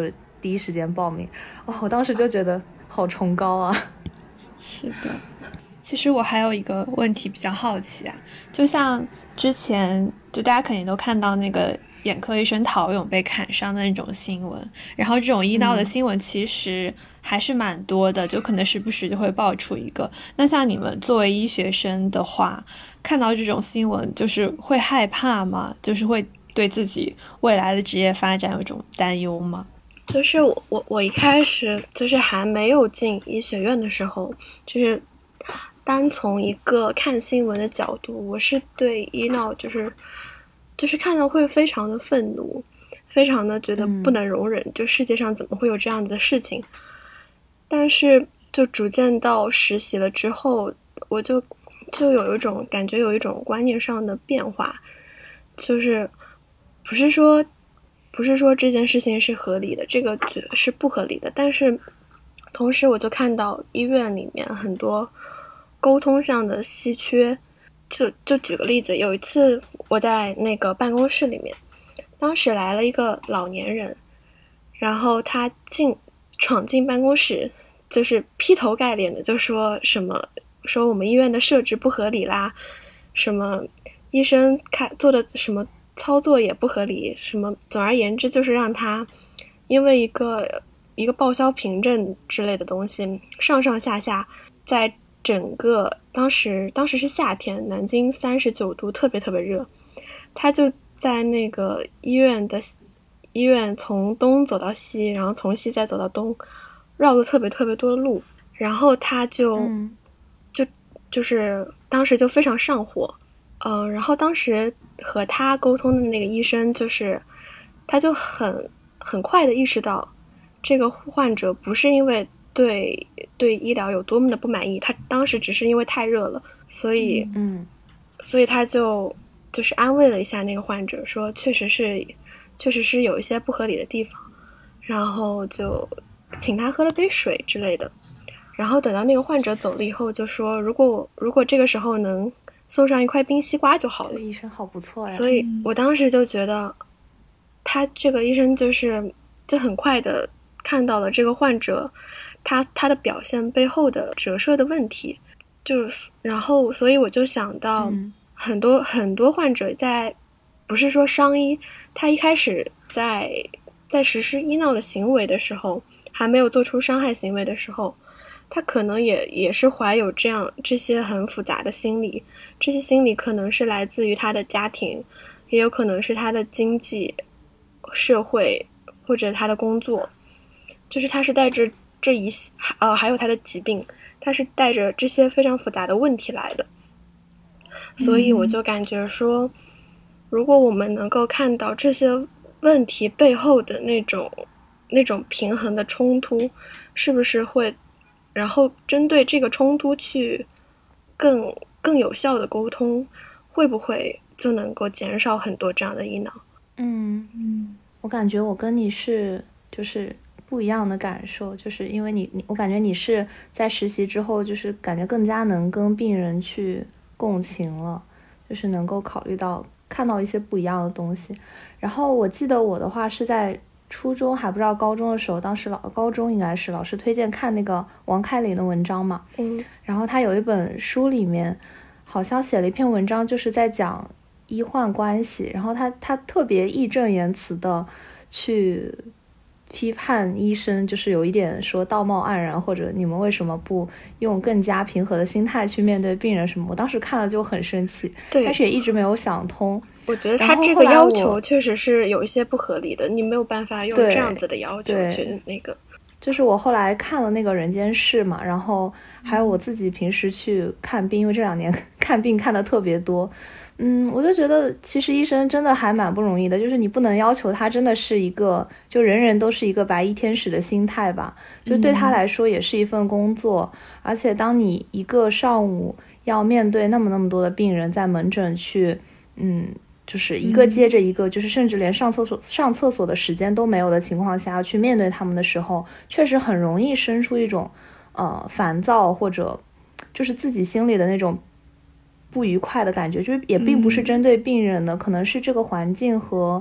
第一时间报名。哦，我当时就觉得好崇高啊。 是的，其实我还有一个问题比较好奇啊，就像之前就大家肯定都看到那个眼科医生陶勇被砍伤的那种新闻，然后这种医闹的新闻其实还是蛮多的，就可能时不时就会爆出一个。那像你们作为医学生的话，看到这种新闻就是会害怕吗？就是会对自己未来的职业发展有一种担忧吗？ 就是我我我一开始就是还没有进医学院的时候，就是单从一个看新闻的角度，我是对医闹就是就是看到会非常的愤怒，非常的觉得不能容忍，嗯、就世界上怎么会有这样子的事情。但是就逐渐到实习了之后，我就就有一种感觉，有一种观念上的变化，就是不是说。不是说这件事情是合理的，这个是不合理的，但是同时我就看到医院里面很多沟通上的稀缺。就就举个例子，有一次我在那个办公室里面，当时来了一个老年人，然后他进闯进办公室，就是劈头盖脸的就说什么说我们医院的设置不合理啦，什么医生开做的什么操作也不合理，什么总而言之就是让他因为一个一个报销凭证之类的东西上上下下，在整个当时当时是夏天，南京三十九度，特别特别热，他就在那个医院的医院从东走到西，然后从西再走到东，绕了特别特别多的路，然后他就、嗯、就就是当时就非常上火，嗯、呃，然后当时和他沟通的那个医生，就是他就很很快的意识到，这个患者不是因为对对医疗有多么的不满意，他当时只是因为太热了，所以嗯， 所以他就就是安慰了一下那个患者，说确实是确实是有一些不合理的地方，然后就请他喝了杯水之类的，然后等到那个患者走了以后，就说如果如果这个时候能送上一块冰西瓜就好了。 这个医生好不错呀。 所以我当时就觉得他这个医生就是就很快的看到了这个患者他他的表现背后的折射的问题，就是然后所以我就想到很多、嗯、很多患者在不是说伤医，他一开始在在实施医闹的行为的时候，还没有做出伤害行为的时候，他可能也也是怀有这样这些很复杂的心理，这些心理可能是来自于他的家庭，也有可能是他的经济社会或者他的工作，就是他是带着这一呃还有他的疾病，他是带着这些非常复杂的问题来的。所以我就感觉说、嗯、如果我们能够看到这些问题背后的那种那种平衡的冲突，是不是会然后针对这个冲突去更更有效的沟通，会不会就能够减少很多这样的医闹？ 嗯嗯，我感觉我跟你是就是不一样的感受，就是因为你你我感觉你是在实习之后，就是感觉更加能跟病人去共情了，就是能够考虑到看到一些不一样的东西。然后我记得我的话是在初中还不知道高中的时候，当时老高中应该是老师推荐看那个王开林的文章嘛， 嗯， 然后他有一本书里面好像写了一篇文章，就是在讲医患关系，然后他他特别义正言辞的去批判医生，就是有一点说道貌岸然，或者你们为什么不用更加平和的心态去面对病人什么。我当时看了就很生气， 对， 但是也一直没有想通。 我觉得他这个要求确实是有一些不合理的，你没有办法用这样子的要求去那个。 就是我后来看了那个《人间世》嘛，然后还有我自己平时去看病，因为这两年看病看的特别多，嗯，我就觉得其实医生真的还蛮不容易的，就是你不能要求他真的是一个就人人都是一个白衣天使的心态吧，就对他来说也是一份工作、嗯、而且当你一个上午要面对那么那么多的病人在门诊去嗯就是一个接着一个、嗯、就是甚至连上厕所上厕所的时间都没有的情况下去面对他们的时候，确实很容易生出一种呃烦躁，或者就是自己心里的那种不愉快的感觉，就是也并不是针对病人的、嗯、可能是这个环境和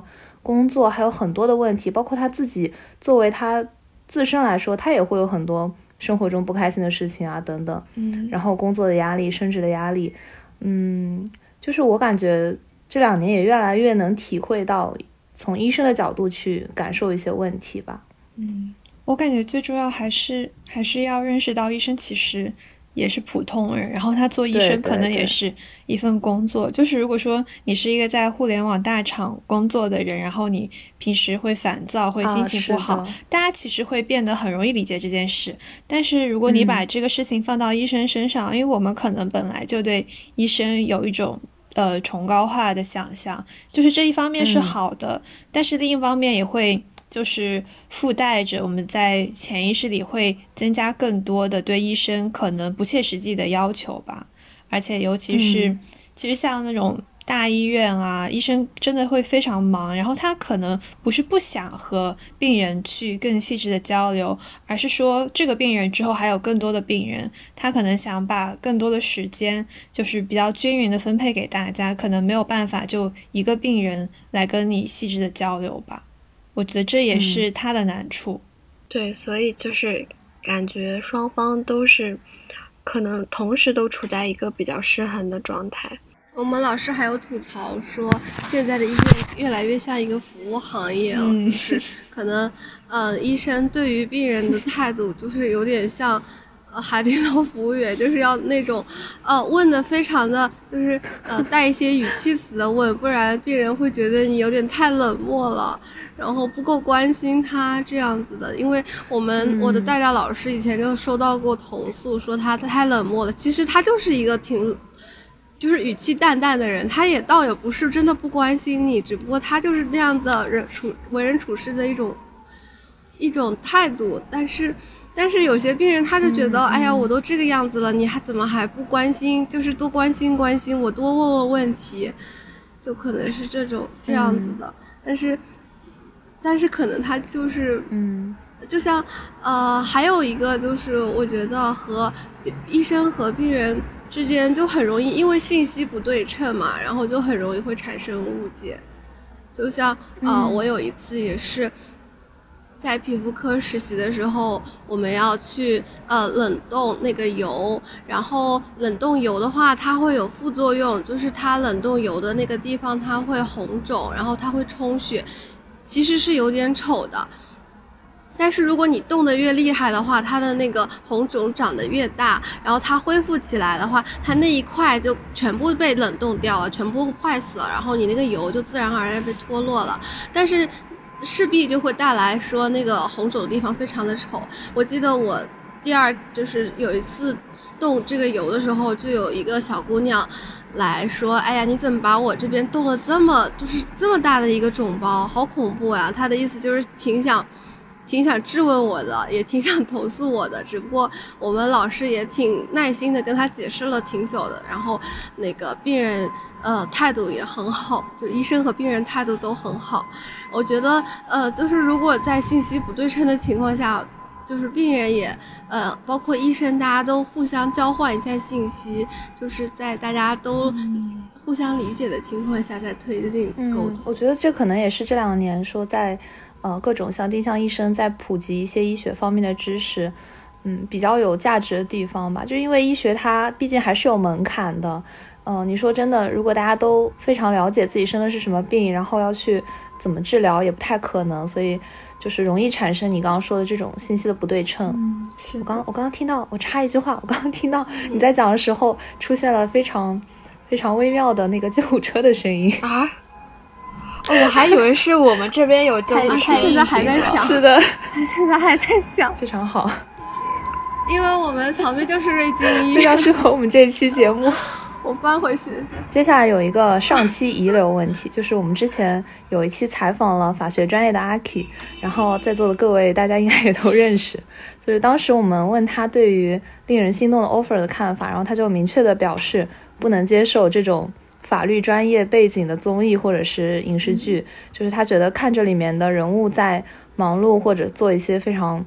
工作还有很多的问题，包括他自己作为他自身来说，他也会有很多生活中不开心的事情啊等等， 嗯， 然后工作的压力、升职的压力，嗯，就是我感觉这两年也越来越能体会到从医生的角度去感受一些问题吧。 嗯，我感觉最重要还是还是要认识到医生其实也是普通人，然后他做医对对生可能对也是一份工作。就是如果说你是一个在互联网大厂工作的人，然后你平时会烦躁，会心情不好， 啊是的大家其实会变得很容易理解这件事。但是如果你把这个事情放到医生身上，因为我们可能本来就对医生有一种呃崇高化的想象，就是这一方面是好的，但是另一方面也会就是附带着我们在潜意识里会增加更多的对医生可能不切实际的要求吧。而且尤其是、 嗯其实像那种大医院啊，医生真的会非常忙，然后他可能不是不想和病人去更细致的交流，而是说这个病人之后还有更多的病人，他可能想把更多的时间就是比较均匀的分配给大家，可能没有办法就一个病人来跟你细致的交流吧。我觉得这也是他的难处。 对，所以就是感觉双方都是可能同时都处在一个比较失衡的状态。 我们老师还有吐槽说，现在的医院越来越像一个服务行业了， 嗯就是可能，呃，医生对于病人的态度就是有点像，呃，海底捞服务员，就是要那种，呃，问的非常的，就是呃带一些语气词的问，不然病人会觉得你有点太冷漠了，然后不够关心他这样子的。因为我们、 嗯、 我的代教老师以前就收到过投诉，说他太冷漠了。其实他就是一个挺。就是语气淡淡的人，他也倒也不是真的不关心你，只不过他就是那样的人处为人处事的一种一种态度。但是但是有些病人他就觉得、嗯、哎呀我都这个样子了，你还怎么还不关心，就是多关心关心我，多问问问题，就可能是这种这样子的、嗯、但是但是可能他就是嗯就像呃还有一个就是我觉得和医生和病人之间就很容易因为信息不对称嘛，然后就很容易会产生误解。就像呃、嗯、我有一次也是在皮肤科实习的时候，我们要去呃冷冻那个油，然后冷冻油的话它会有副作用，就是它冷冻油的那个地方它会红肿，然后它会充血，其实是有点丑的。但是如果你冻得越厉害的话，它的那个红肿长得越大，然后它恢复起来的话，它那一块就全部被冷冻掉了，全部坏死了，然后你那个油就自然而然被脱落了。但是势必就会带来说那个红肿的地方非常的丑。我记得我第二就是有一次冻这个油的时候，就有一个小姑娘来说，哎呀你怎么把我这边冻了这么就是这么大的一个肿包，好恐怖呀。她的意思就是挺想挺想质问我的，也挺想投诉我的，只不过我们老师也挺耐心的跟他解释了挺久的，然后那个病人呃态度也很好，就医生和病人态度都很好。我觉得呃就是如果在信息不对称的情况下，就是病人也呃包括医生大家都互相交换一下信息，就是在大家都互相理解的情况下再推进沟通、 嗯、我觉得这可能也是这两年说在呃，各种像丁香医生在普及一些医学方面的知识，嗯，比较有价值的地方吧。就因为医学它毕竟还是有门槛的，嗯、呃，你说真的，如果大家都非常了解自己生的是什么病，然后要去怎么治疗，也不太可能，所以就是容易产生你刚刚说的这种信息的不对称。 嗯，是我刚我刚刚听到，我插一句话，我刚刚听到你在讲的时候出现了非常非常微妙的那个救护车的声音啊。哦，我还以为是我们这边有救护车， 现在还在响。 是的， 现在还在响， 非常好。 因为我们旁边就是瑞金医院， 非常适合我们这一期节目。 我搬回去。 接下来有一个上期遗留问题，就是我们之前有一期采访了法学专业的阿 K， 然后在座的各位大家应该也都认识。就是当时我们问他对于令人心动的 offer 的看法，然后他就明确的表示不能接受这种法律专业背景的综艺或者是影视剧、嗯、就是他觉得看着里面的人物在忙碌或者做一些非常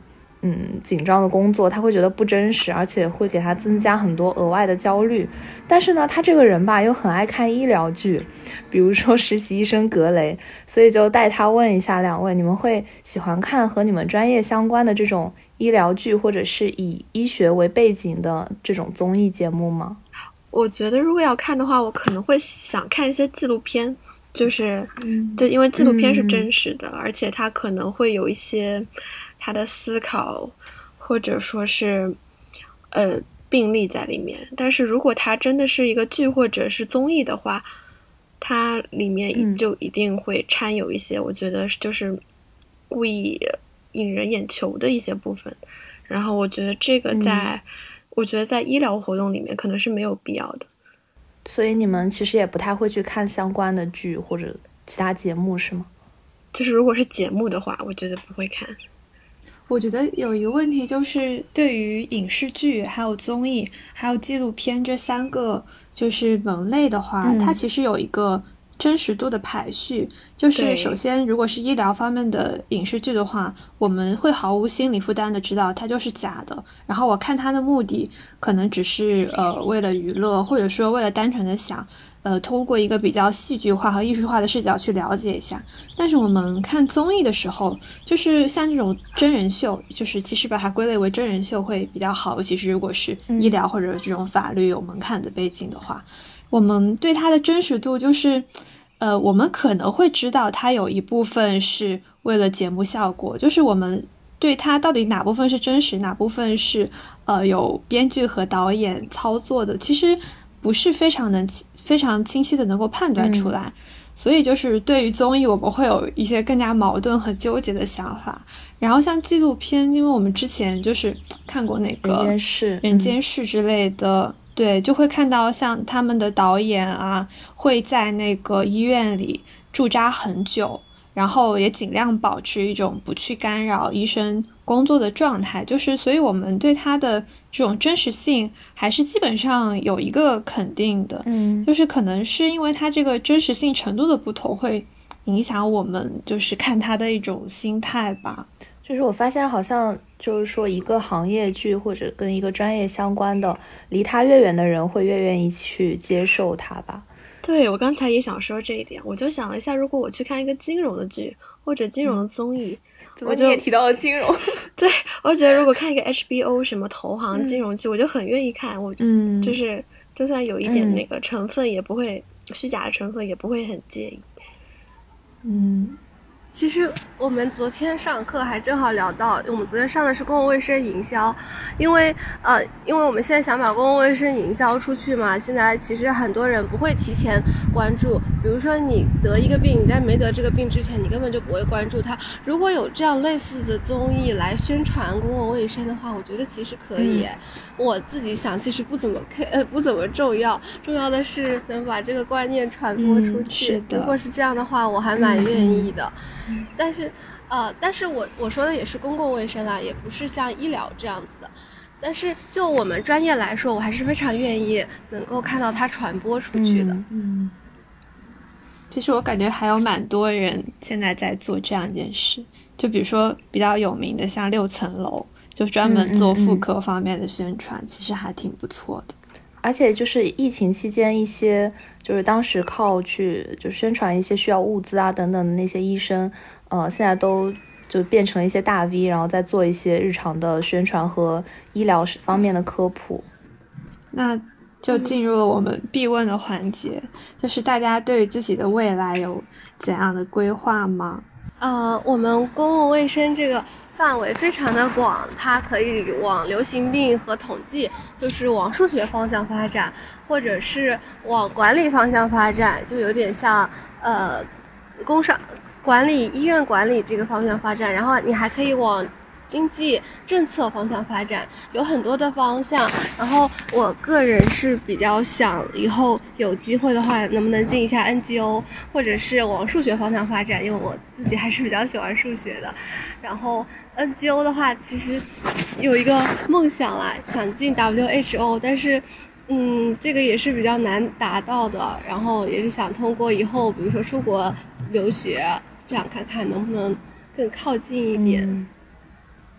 嗯紧张的工作，他会觉得不真实，而且会给他增加很多额外的焦虑。但是呢，他这个人吧又很爱看医疗剧，比如说实习医生格雷，所以就带他问一下两位，你们会喜欢看和你们专业相关的这种医疗剧，或者是以医学为背景的这种综艺节目吗？ 我觉得如果要看的话，我可能会想看一些纪录片，就是，嗯、就因为纪录片是真实的，嗯、而且它可能会有一些他的思考，或者说是呃病例在里面。但是如果它真的是一个剧或者是综艺的话，它里面就一定会掺有一些，嗯、我觉得就是故意引人眼球的一些部分。然后我觉得这个在。嗯我觉得在医疗活动里面可能是没有必要的， 所以你们其实也不太会去看相关的剧或者其他节目是吗？ 就是如果是节目的话，我觉得不会看。 我觉得有一个问题就是，对于影视剧、还有综艺、还有纪录片这三个就是门类的话，嗯、它其实有一个真实度的排序。就是首先，如果是医疗方面的影视剧的话，我们会毫无心理负担的知道它就是假的。然后我看它的目的可能只是呃为了娱乐，或者说为了单纯的想呃通过一个比较戏剧化和艺术化的视角去了解一下。但是我们看综艺的时候，就是像这种真人秀，就是其实把它归类为真人秀会比较好，尤其是如果是医疗或者这种法律有门槛的背景的话，我们对它的真实度就是呃，我们可能会知道它有一部分是为了节目效果，就是我们对它到底哪部分是真实，哪部分是呃有编剧和导演操作的，其实不是非常能非常清晰的能够判断出来。嗯、所以就是对于综艺，我们会有一些更加矛盾和纠结的想法。然后像纪录片，因为我们之前就是看过那个人间世、 人间世之类的。嗯对，就会看到像他们的导演啊，会在那个医院里驻扎很久，然后也尽量保持一种不去干扰医生工作的状态。就是所以我们对他的这种真实性还是基本上有一个肯定的。 嗯， 就是可能是因为它这个真实性程度的不同，会影响我们就是看它的一种心态吧。 就是我发现好像就是说一个行业剧或者跟一个专业相关的，离他越远的人会越愿意去接受它吧。 对，我刚才也想说这一点，我就想了一下，如果我去看一个金融的剧或者金融的综艺， 嗯、怎么你也提到了金融？ 对，我觉得如果看一个 H B O 什么投行金融剧，嗯、我就很愿意看。我嗯，就是就算有一点那个成分，也不会、嗯、虚假的成分，也不会很介意。 嗯。其实我们昨天上课还正好聊到，我们昨天上的是公共卫生营销，因为呃，因为我们现在想把公共卫生营销出去嘛，现在其实很多人不会提前关注，比如说你得一个病，你在没得这个病之前，你根本就不会关注它。如果有这样类似的综艺来宣传公共卫生的话，我觉得其实可以。嗯、我自己想，其实不怎么呃不怎么重要，重要的是能把这个观念传播出去。 嗯、是的。 如果是这样的话，我还蛮愿意的。嗯、但是，呃，但是我我说的也是公共卫生啦，也不是像医疗这样子的。但是就我们专业来说，我还是非常愿意能够看到它传播出去的。 嗯，嗯其实我感觉还有蛮多人现在在做这样一件事，就比如说比较有名的，像六层楼，就专门做妇科方面的宣传，嗯嗯嗯其实还挺不错的。 而且就是疫情期间，一些就是当时靠去就宣传一些需要物资啊等等的那些医生，呃，现在都就变成了一些大 V， 然后再做一些日常的宣传和医疗方面的科普。 那就进入了我们必问的环节，就是大家对于自己的未来有怎样的规划吗？ 呃，我们公共卫生这个范围非常的广，它可以往流行病和统计，就是往数学方向发展，或者是往管理方向发展，就有点像呃工商管理、医院管理这个方向发展。然后你还可以往经济政策方向发展，有很多的方向。然后我个人是比较想以后有机会的话，能不能进一下 N G O， 或者是往数学方向发展，因为我自己还是比较喜欢数学的。然后 N G O 的话，其实有一个梦想啦，想进 W H O， 但是嗯，这个也是比较难达到的。然后也是想通过以后，比如说出国留学，这样看看能不能更靠近一点。 嗯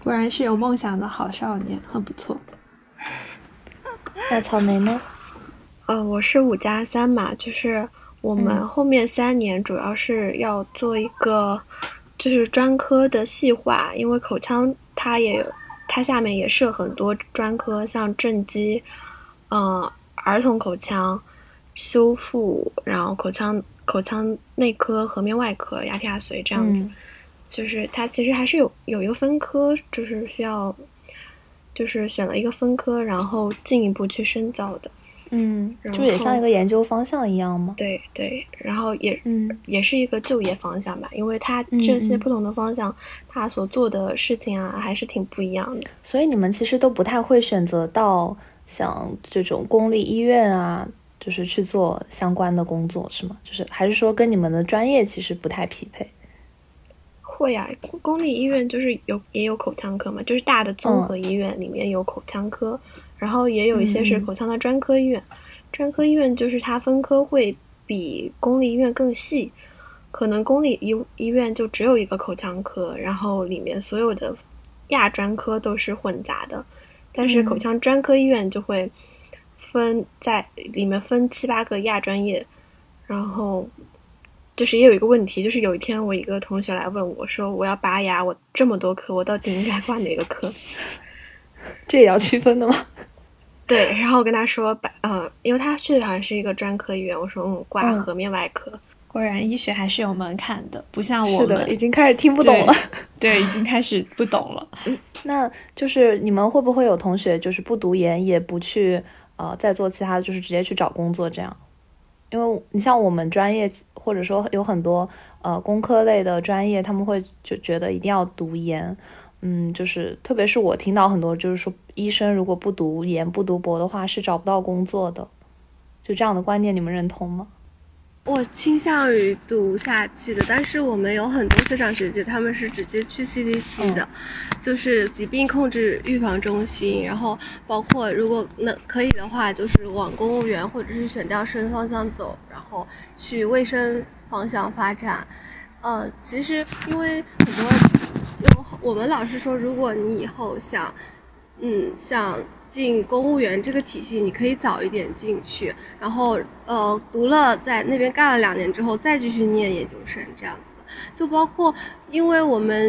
果然是有梦想的好少年，很不错。 那草莓呢？ 呃，我是五加三嘛，就是我们后面三年主要是要做一个就是专科的细化，因为口腔它也有，它下面也设很多专科，像正畸、嗯、呃、儿童口腔、修复，然后口腔口腔内科、颌面外科、牙体牙髓这样子。嗯，就是它其实还是有有一个分科，就是需要就是选了一个分科，然后进一步去深造的。 嗯，就也像一个研究方向一样吗？ 对对，然后也嗯也是一个就业方向吧，因为它这些不同的方向，嗯嗯它所做的事情啊还是挺不一样的。 所以你们其实都不太会选择到像这种公立医院啊，就是去做相关的工作，是吗？就是还是说跟你们的专业其实不太匹配？ 会啊，公立医院就是有也有口腔科嘛，就是大的综合医院里面有口腔科，嗯、然后也有一些是口腔的专科医院。嗯、专科医院就是它分科会比公立医院更细，可能公立医医院就只有一个口腔科，然后里面所有的亚专科都是混杂的，但是口腔专科医院就会分在里面分七八个亚专业，然后。就是也有一个问题，就是有一天我一个同学来问我说，我要拔牙，我这么多科，我到底应该挂哪个科？ 这也要区分的吗？ 对，然后我跟他说，呃，因为他去的好像是一个专科医院，我说嗯，挂颌面外科。 嗯、果然医学还是有门槛的，不像我们， 是的，已经开始听不懂了。 对，对已经开始不懂了。 那就是你们会不会有同学就是不读研，也不去呃再做其他的，就是直接去找工作这样？因为你像我们专业，或者说有很多呃工科类的专业，他们会就觉得一定要读研，嗯，就是特别是我听到很多就是说医生如果不读研不读博的话是找不到工作的，就这样的观念你们认同吗？ 我倾向于读下去的，但是我们有很多学长学姐他们是直接去 C D C 的、嗯、就是疾病控制预防中心，然后包括如果能可以的话就是往公务员或者是选调生方向走，然后去卫生方向发展。呃，其实因为很多有我们老师说，如果你以后想嗯像进公务员这个体系，你可以早一点进去，然后呃读了在那边干了两年之后再继续念研究生这样子的。就包括因为我们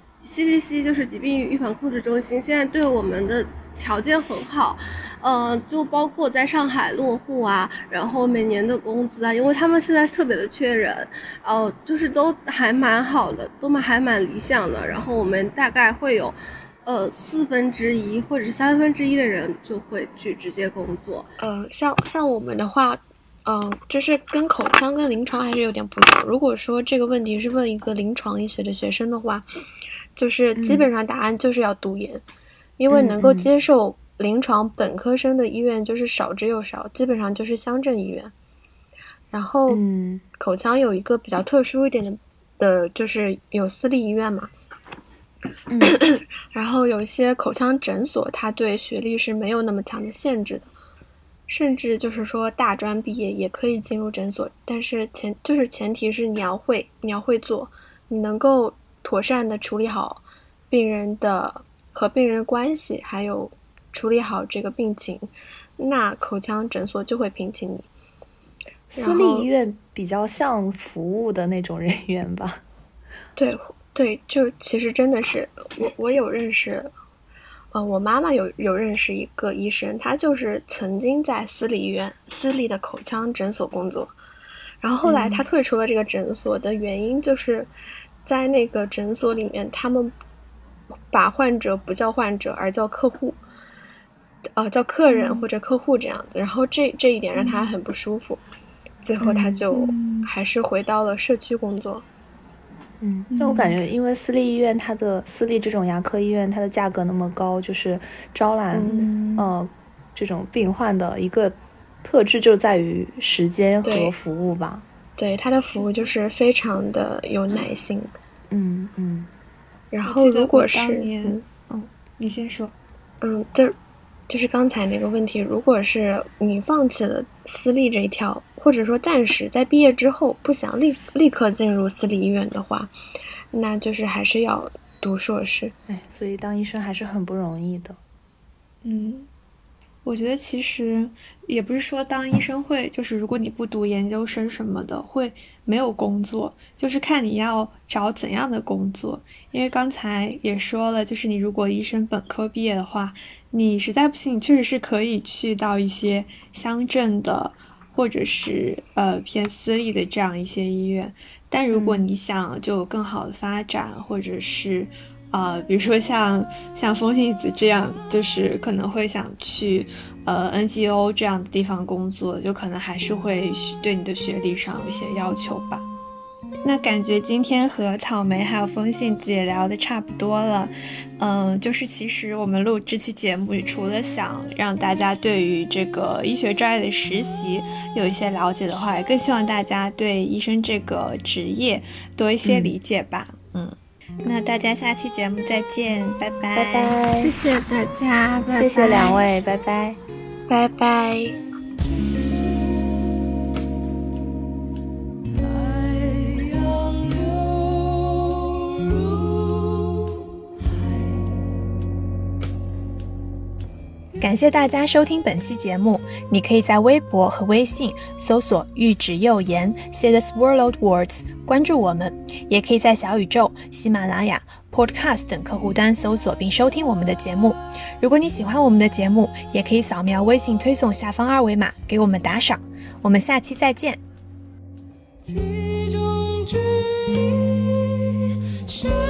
C D C 就是疾病预防控制中心现在对我们的条件很好，呃就包括在上海落户啊，然后每年的工资啊，因为他们现在特别的缺人，然后就是都还蛮好的，都还蛮理想的，然后我们大概会有呃，四分之一或者是三分之一的人就会去直接工作。 呃，像像我们的话，嗯、呃，就是跟口腔跟临床还是有点不一样。如果说这个问题是问一个临床医学的学生的话，就是基本上答案就是要读研，嗯、因为能够接受临床本科生的医院就是少之又少，基本上就是乡镇医院。然后，嗯，口腔有一个比较特殊一点的，的就是有私立医院嘛。嗯，然后有一些口腔诊所它对学历是没有那么强的限制的，甚至就是说大专毕业也可以进入诊所，但是前就是前提是你要会你要会做，你能够妥善的处理好病人的和病人关系，还有处理好这个病情，那口腔诊所就会聘请你。 私立医院比较像服务的那种人员吧？ 对对，就其实真的是我我有认识，呃，我妈妈有有认识一个医生，他就是曾经在私立医院、私立的口腔诊所工作，然后后来他退出了这个诊所的原因，就是在那个诊所里面，他们把患者不叫患者，而叫客户，呃，叫客人或者客户这样子，然后这这一点让他很不舒服，最后他就还是回到了社区工作。 嗯，但我感觉因为私立医院它的私立这种牙科医院它的价格那么高，就是招揽、嗯、呃这种病患的一个特质就在于时间和服务吧。 对，它的服务就是非常的有耐心。 嗯嗯。 然后如果是嗯嗯，你先说。 嗯，就就是刚才那个问题，如果是你放弃了私立这一条，或者说暂时在毕业之后不想立立刻进入私立医院的话，那就是还是要读硕士。 哎，所以当医生还是很不容易的。 嗯，我觉得其实也不是说当医生会，就是如果你不读研究生什么的会没有工作，就是看你要找怎样的工作。因为刚才也说了，就是你如果医生本科毕业的话，你实在不行你确实是可以去到一些乡镇的或者是呃偏私立的这样一些医院。但如果你想就有更好的发展，嗯、或者是呃，比如说像像风信子这样，就是可能会想去呃 N G O 这样的地方工作，就可能还是会对你的学历上有一些要求吧。那感觉今天和草莓还有风信子也聊得差不多了，嗯，就是其实我们录这期节目，除了想让大家对于这个医学专业的实习有一些了解的话，也更希望大家对医生这个职业多一些理解吧。嗯，嗯那大家下期节目再见，拜拜， 拜拜， 谢谢大家，拜拜， 谢谢两位，拜拜， 拜拜。 感谢大家收听本期节目，你可以在微博和微信搜索玉指右言 Say the Swirled Words 关注我们，也可以在小宇宙、喜马拉雅、Podcast 等客户端搜索并收听我们的节目。如果你喜欢我们的节目，也可以扫描微信推送下方二维码给我们打赏。我们下期再见。其中之一是